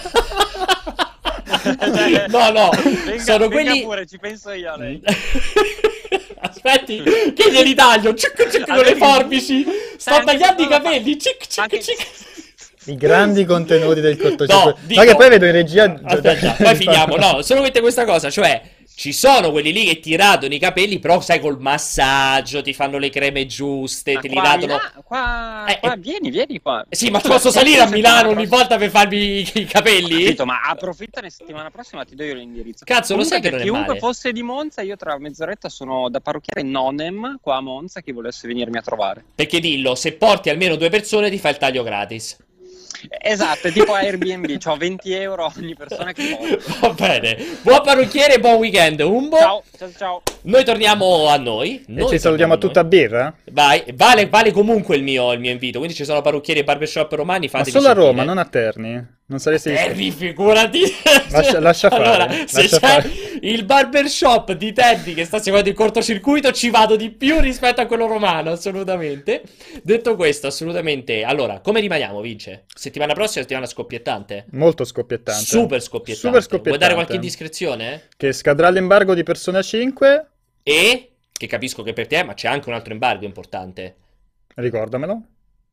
No, no, Venga- sono venga quelli... pure, ci penso io a lei. Aspetti, che glieli taglio, cic, cic, con le Avevi- forbici. Sto Anche- tagliando i no, ma- capelli, cic, cic, anche- cic. I grandi contenuti del No, cortocircuito. dico- Ma che poi vedo in regia... Aspetta, poi finiamo. No, solamente questa cosa, cioè ci sono quelli lì che ti radono i capelli, però sai col massaggio, ti fanno le creme giuste, Ma te li qua a radono. Milano- qua, Eh, qua eh. vieni, vieni qua. Sì, ma posso salire a Milano ogni volta per farmi i, i capelli? Capito, ma approfittane settimana prossima, ti do io l'indirizzo. Cazzo, lo Comunque, sai che per non è chiunque male. fosse di Monza, io tra mezz'oretta sono da parrucchiere Nonem qua a Monza, chi volesse venirmi a trovare. Perché dillo, se porti almeno due persone ti fai il taglio gratis. Esatto, è tipo Airbnb, c'ho venti euro ogni persona che voglio. Va bene. Buon parrucchiere e buon weekend, Umbo. Ciao, ciao, ciao. Noi torniamo a noi. E Noi ci salutiamo a torniamo tutta birra? Vai, vale, vale comunque il mio, il mio invito. Quindi ci sono parrucchieri e barbershop romani. Ma Fatevi solo a sentire. Roma, non a Terni? Non saresti Terni, figurati. Lascia- lascia fare, Allora, se lascia c'è fare. il barbershop di Terni che sta seguendo il cortocircuito, ci vado di più rispetto a quello romano, assolutamente. Detto questo, assolutamente. Allora, come rimaniamo, Vince? Settimana prossima, settimana scoppiettante? molto scoppiettante. Super scoppiettante. Super scoppiettante. Vuoi dare qualche indiscrezione? Che scadrà l'embargo di Persona cinque, E, che capisco che per te, ma c'è anche un altro embargo importante. ricordamelo.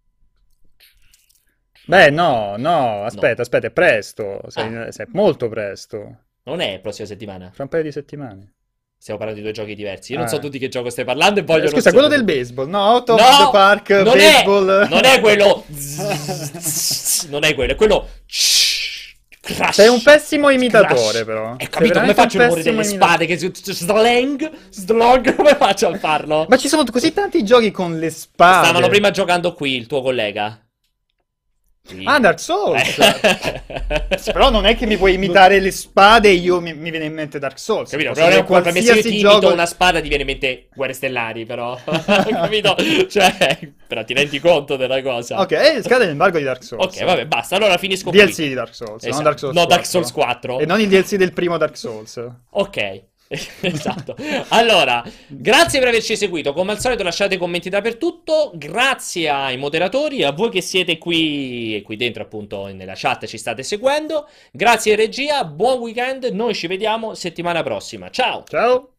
Beh, no, no, aspetta, aspetta, è presto, sei, Ah. sei molto presto, Non è prossima settimana. fra un paio di settimane. Stiamo parlando di due giochi diversi. Io non Ah. so tu di che gioco stai parlando e voglio... Eh, non scusa, quello sapere. del baseball, no? Out of No, the Park, non baseball. È, non è quello... Non è quello, è quello... Crash. Sei un pessimo imitatore, Crash. però. Hai Sei capito come veramente faccio il un rumore delle pessimo spade? Che si... Slang? Slog? Come faccio a farlo? Ma ci sono così tanti giochi con le spade. Stavano prima giocando qui, il tuo collega. Sì. Ah, Dark Souls. Eh. Però non è che mi puoi imitare le spade e io mi, mi viene in mente Dark Souls. Capito? Posso Però non è dire un colpa. Se io ti qualsiasi imito gioco. una spada ti viene in mente Guerre Stellari, però. Capito? Cioè, però ti rendi conto della cosa. Ok, eh, scade l'embargo di Dark Souls. Ok, vabbè, basta. Allora finisco D L C qui. di Dark Souls, Esatto. non Dark Souls No, Dark quattro. Souls quattro. E non il D L C del primo Dark Souls. Ok. Esatto. Allora, grazie per averci seguito. Come al solito lasciate commenti dappertutto. Grazie ai moderatori, a voi che siete qui qui dentro appunto nella chat ci state seguendo. Grazie regia, buon weekend. Noi ci vediamo settimana prossima. Ciao. Ciao.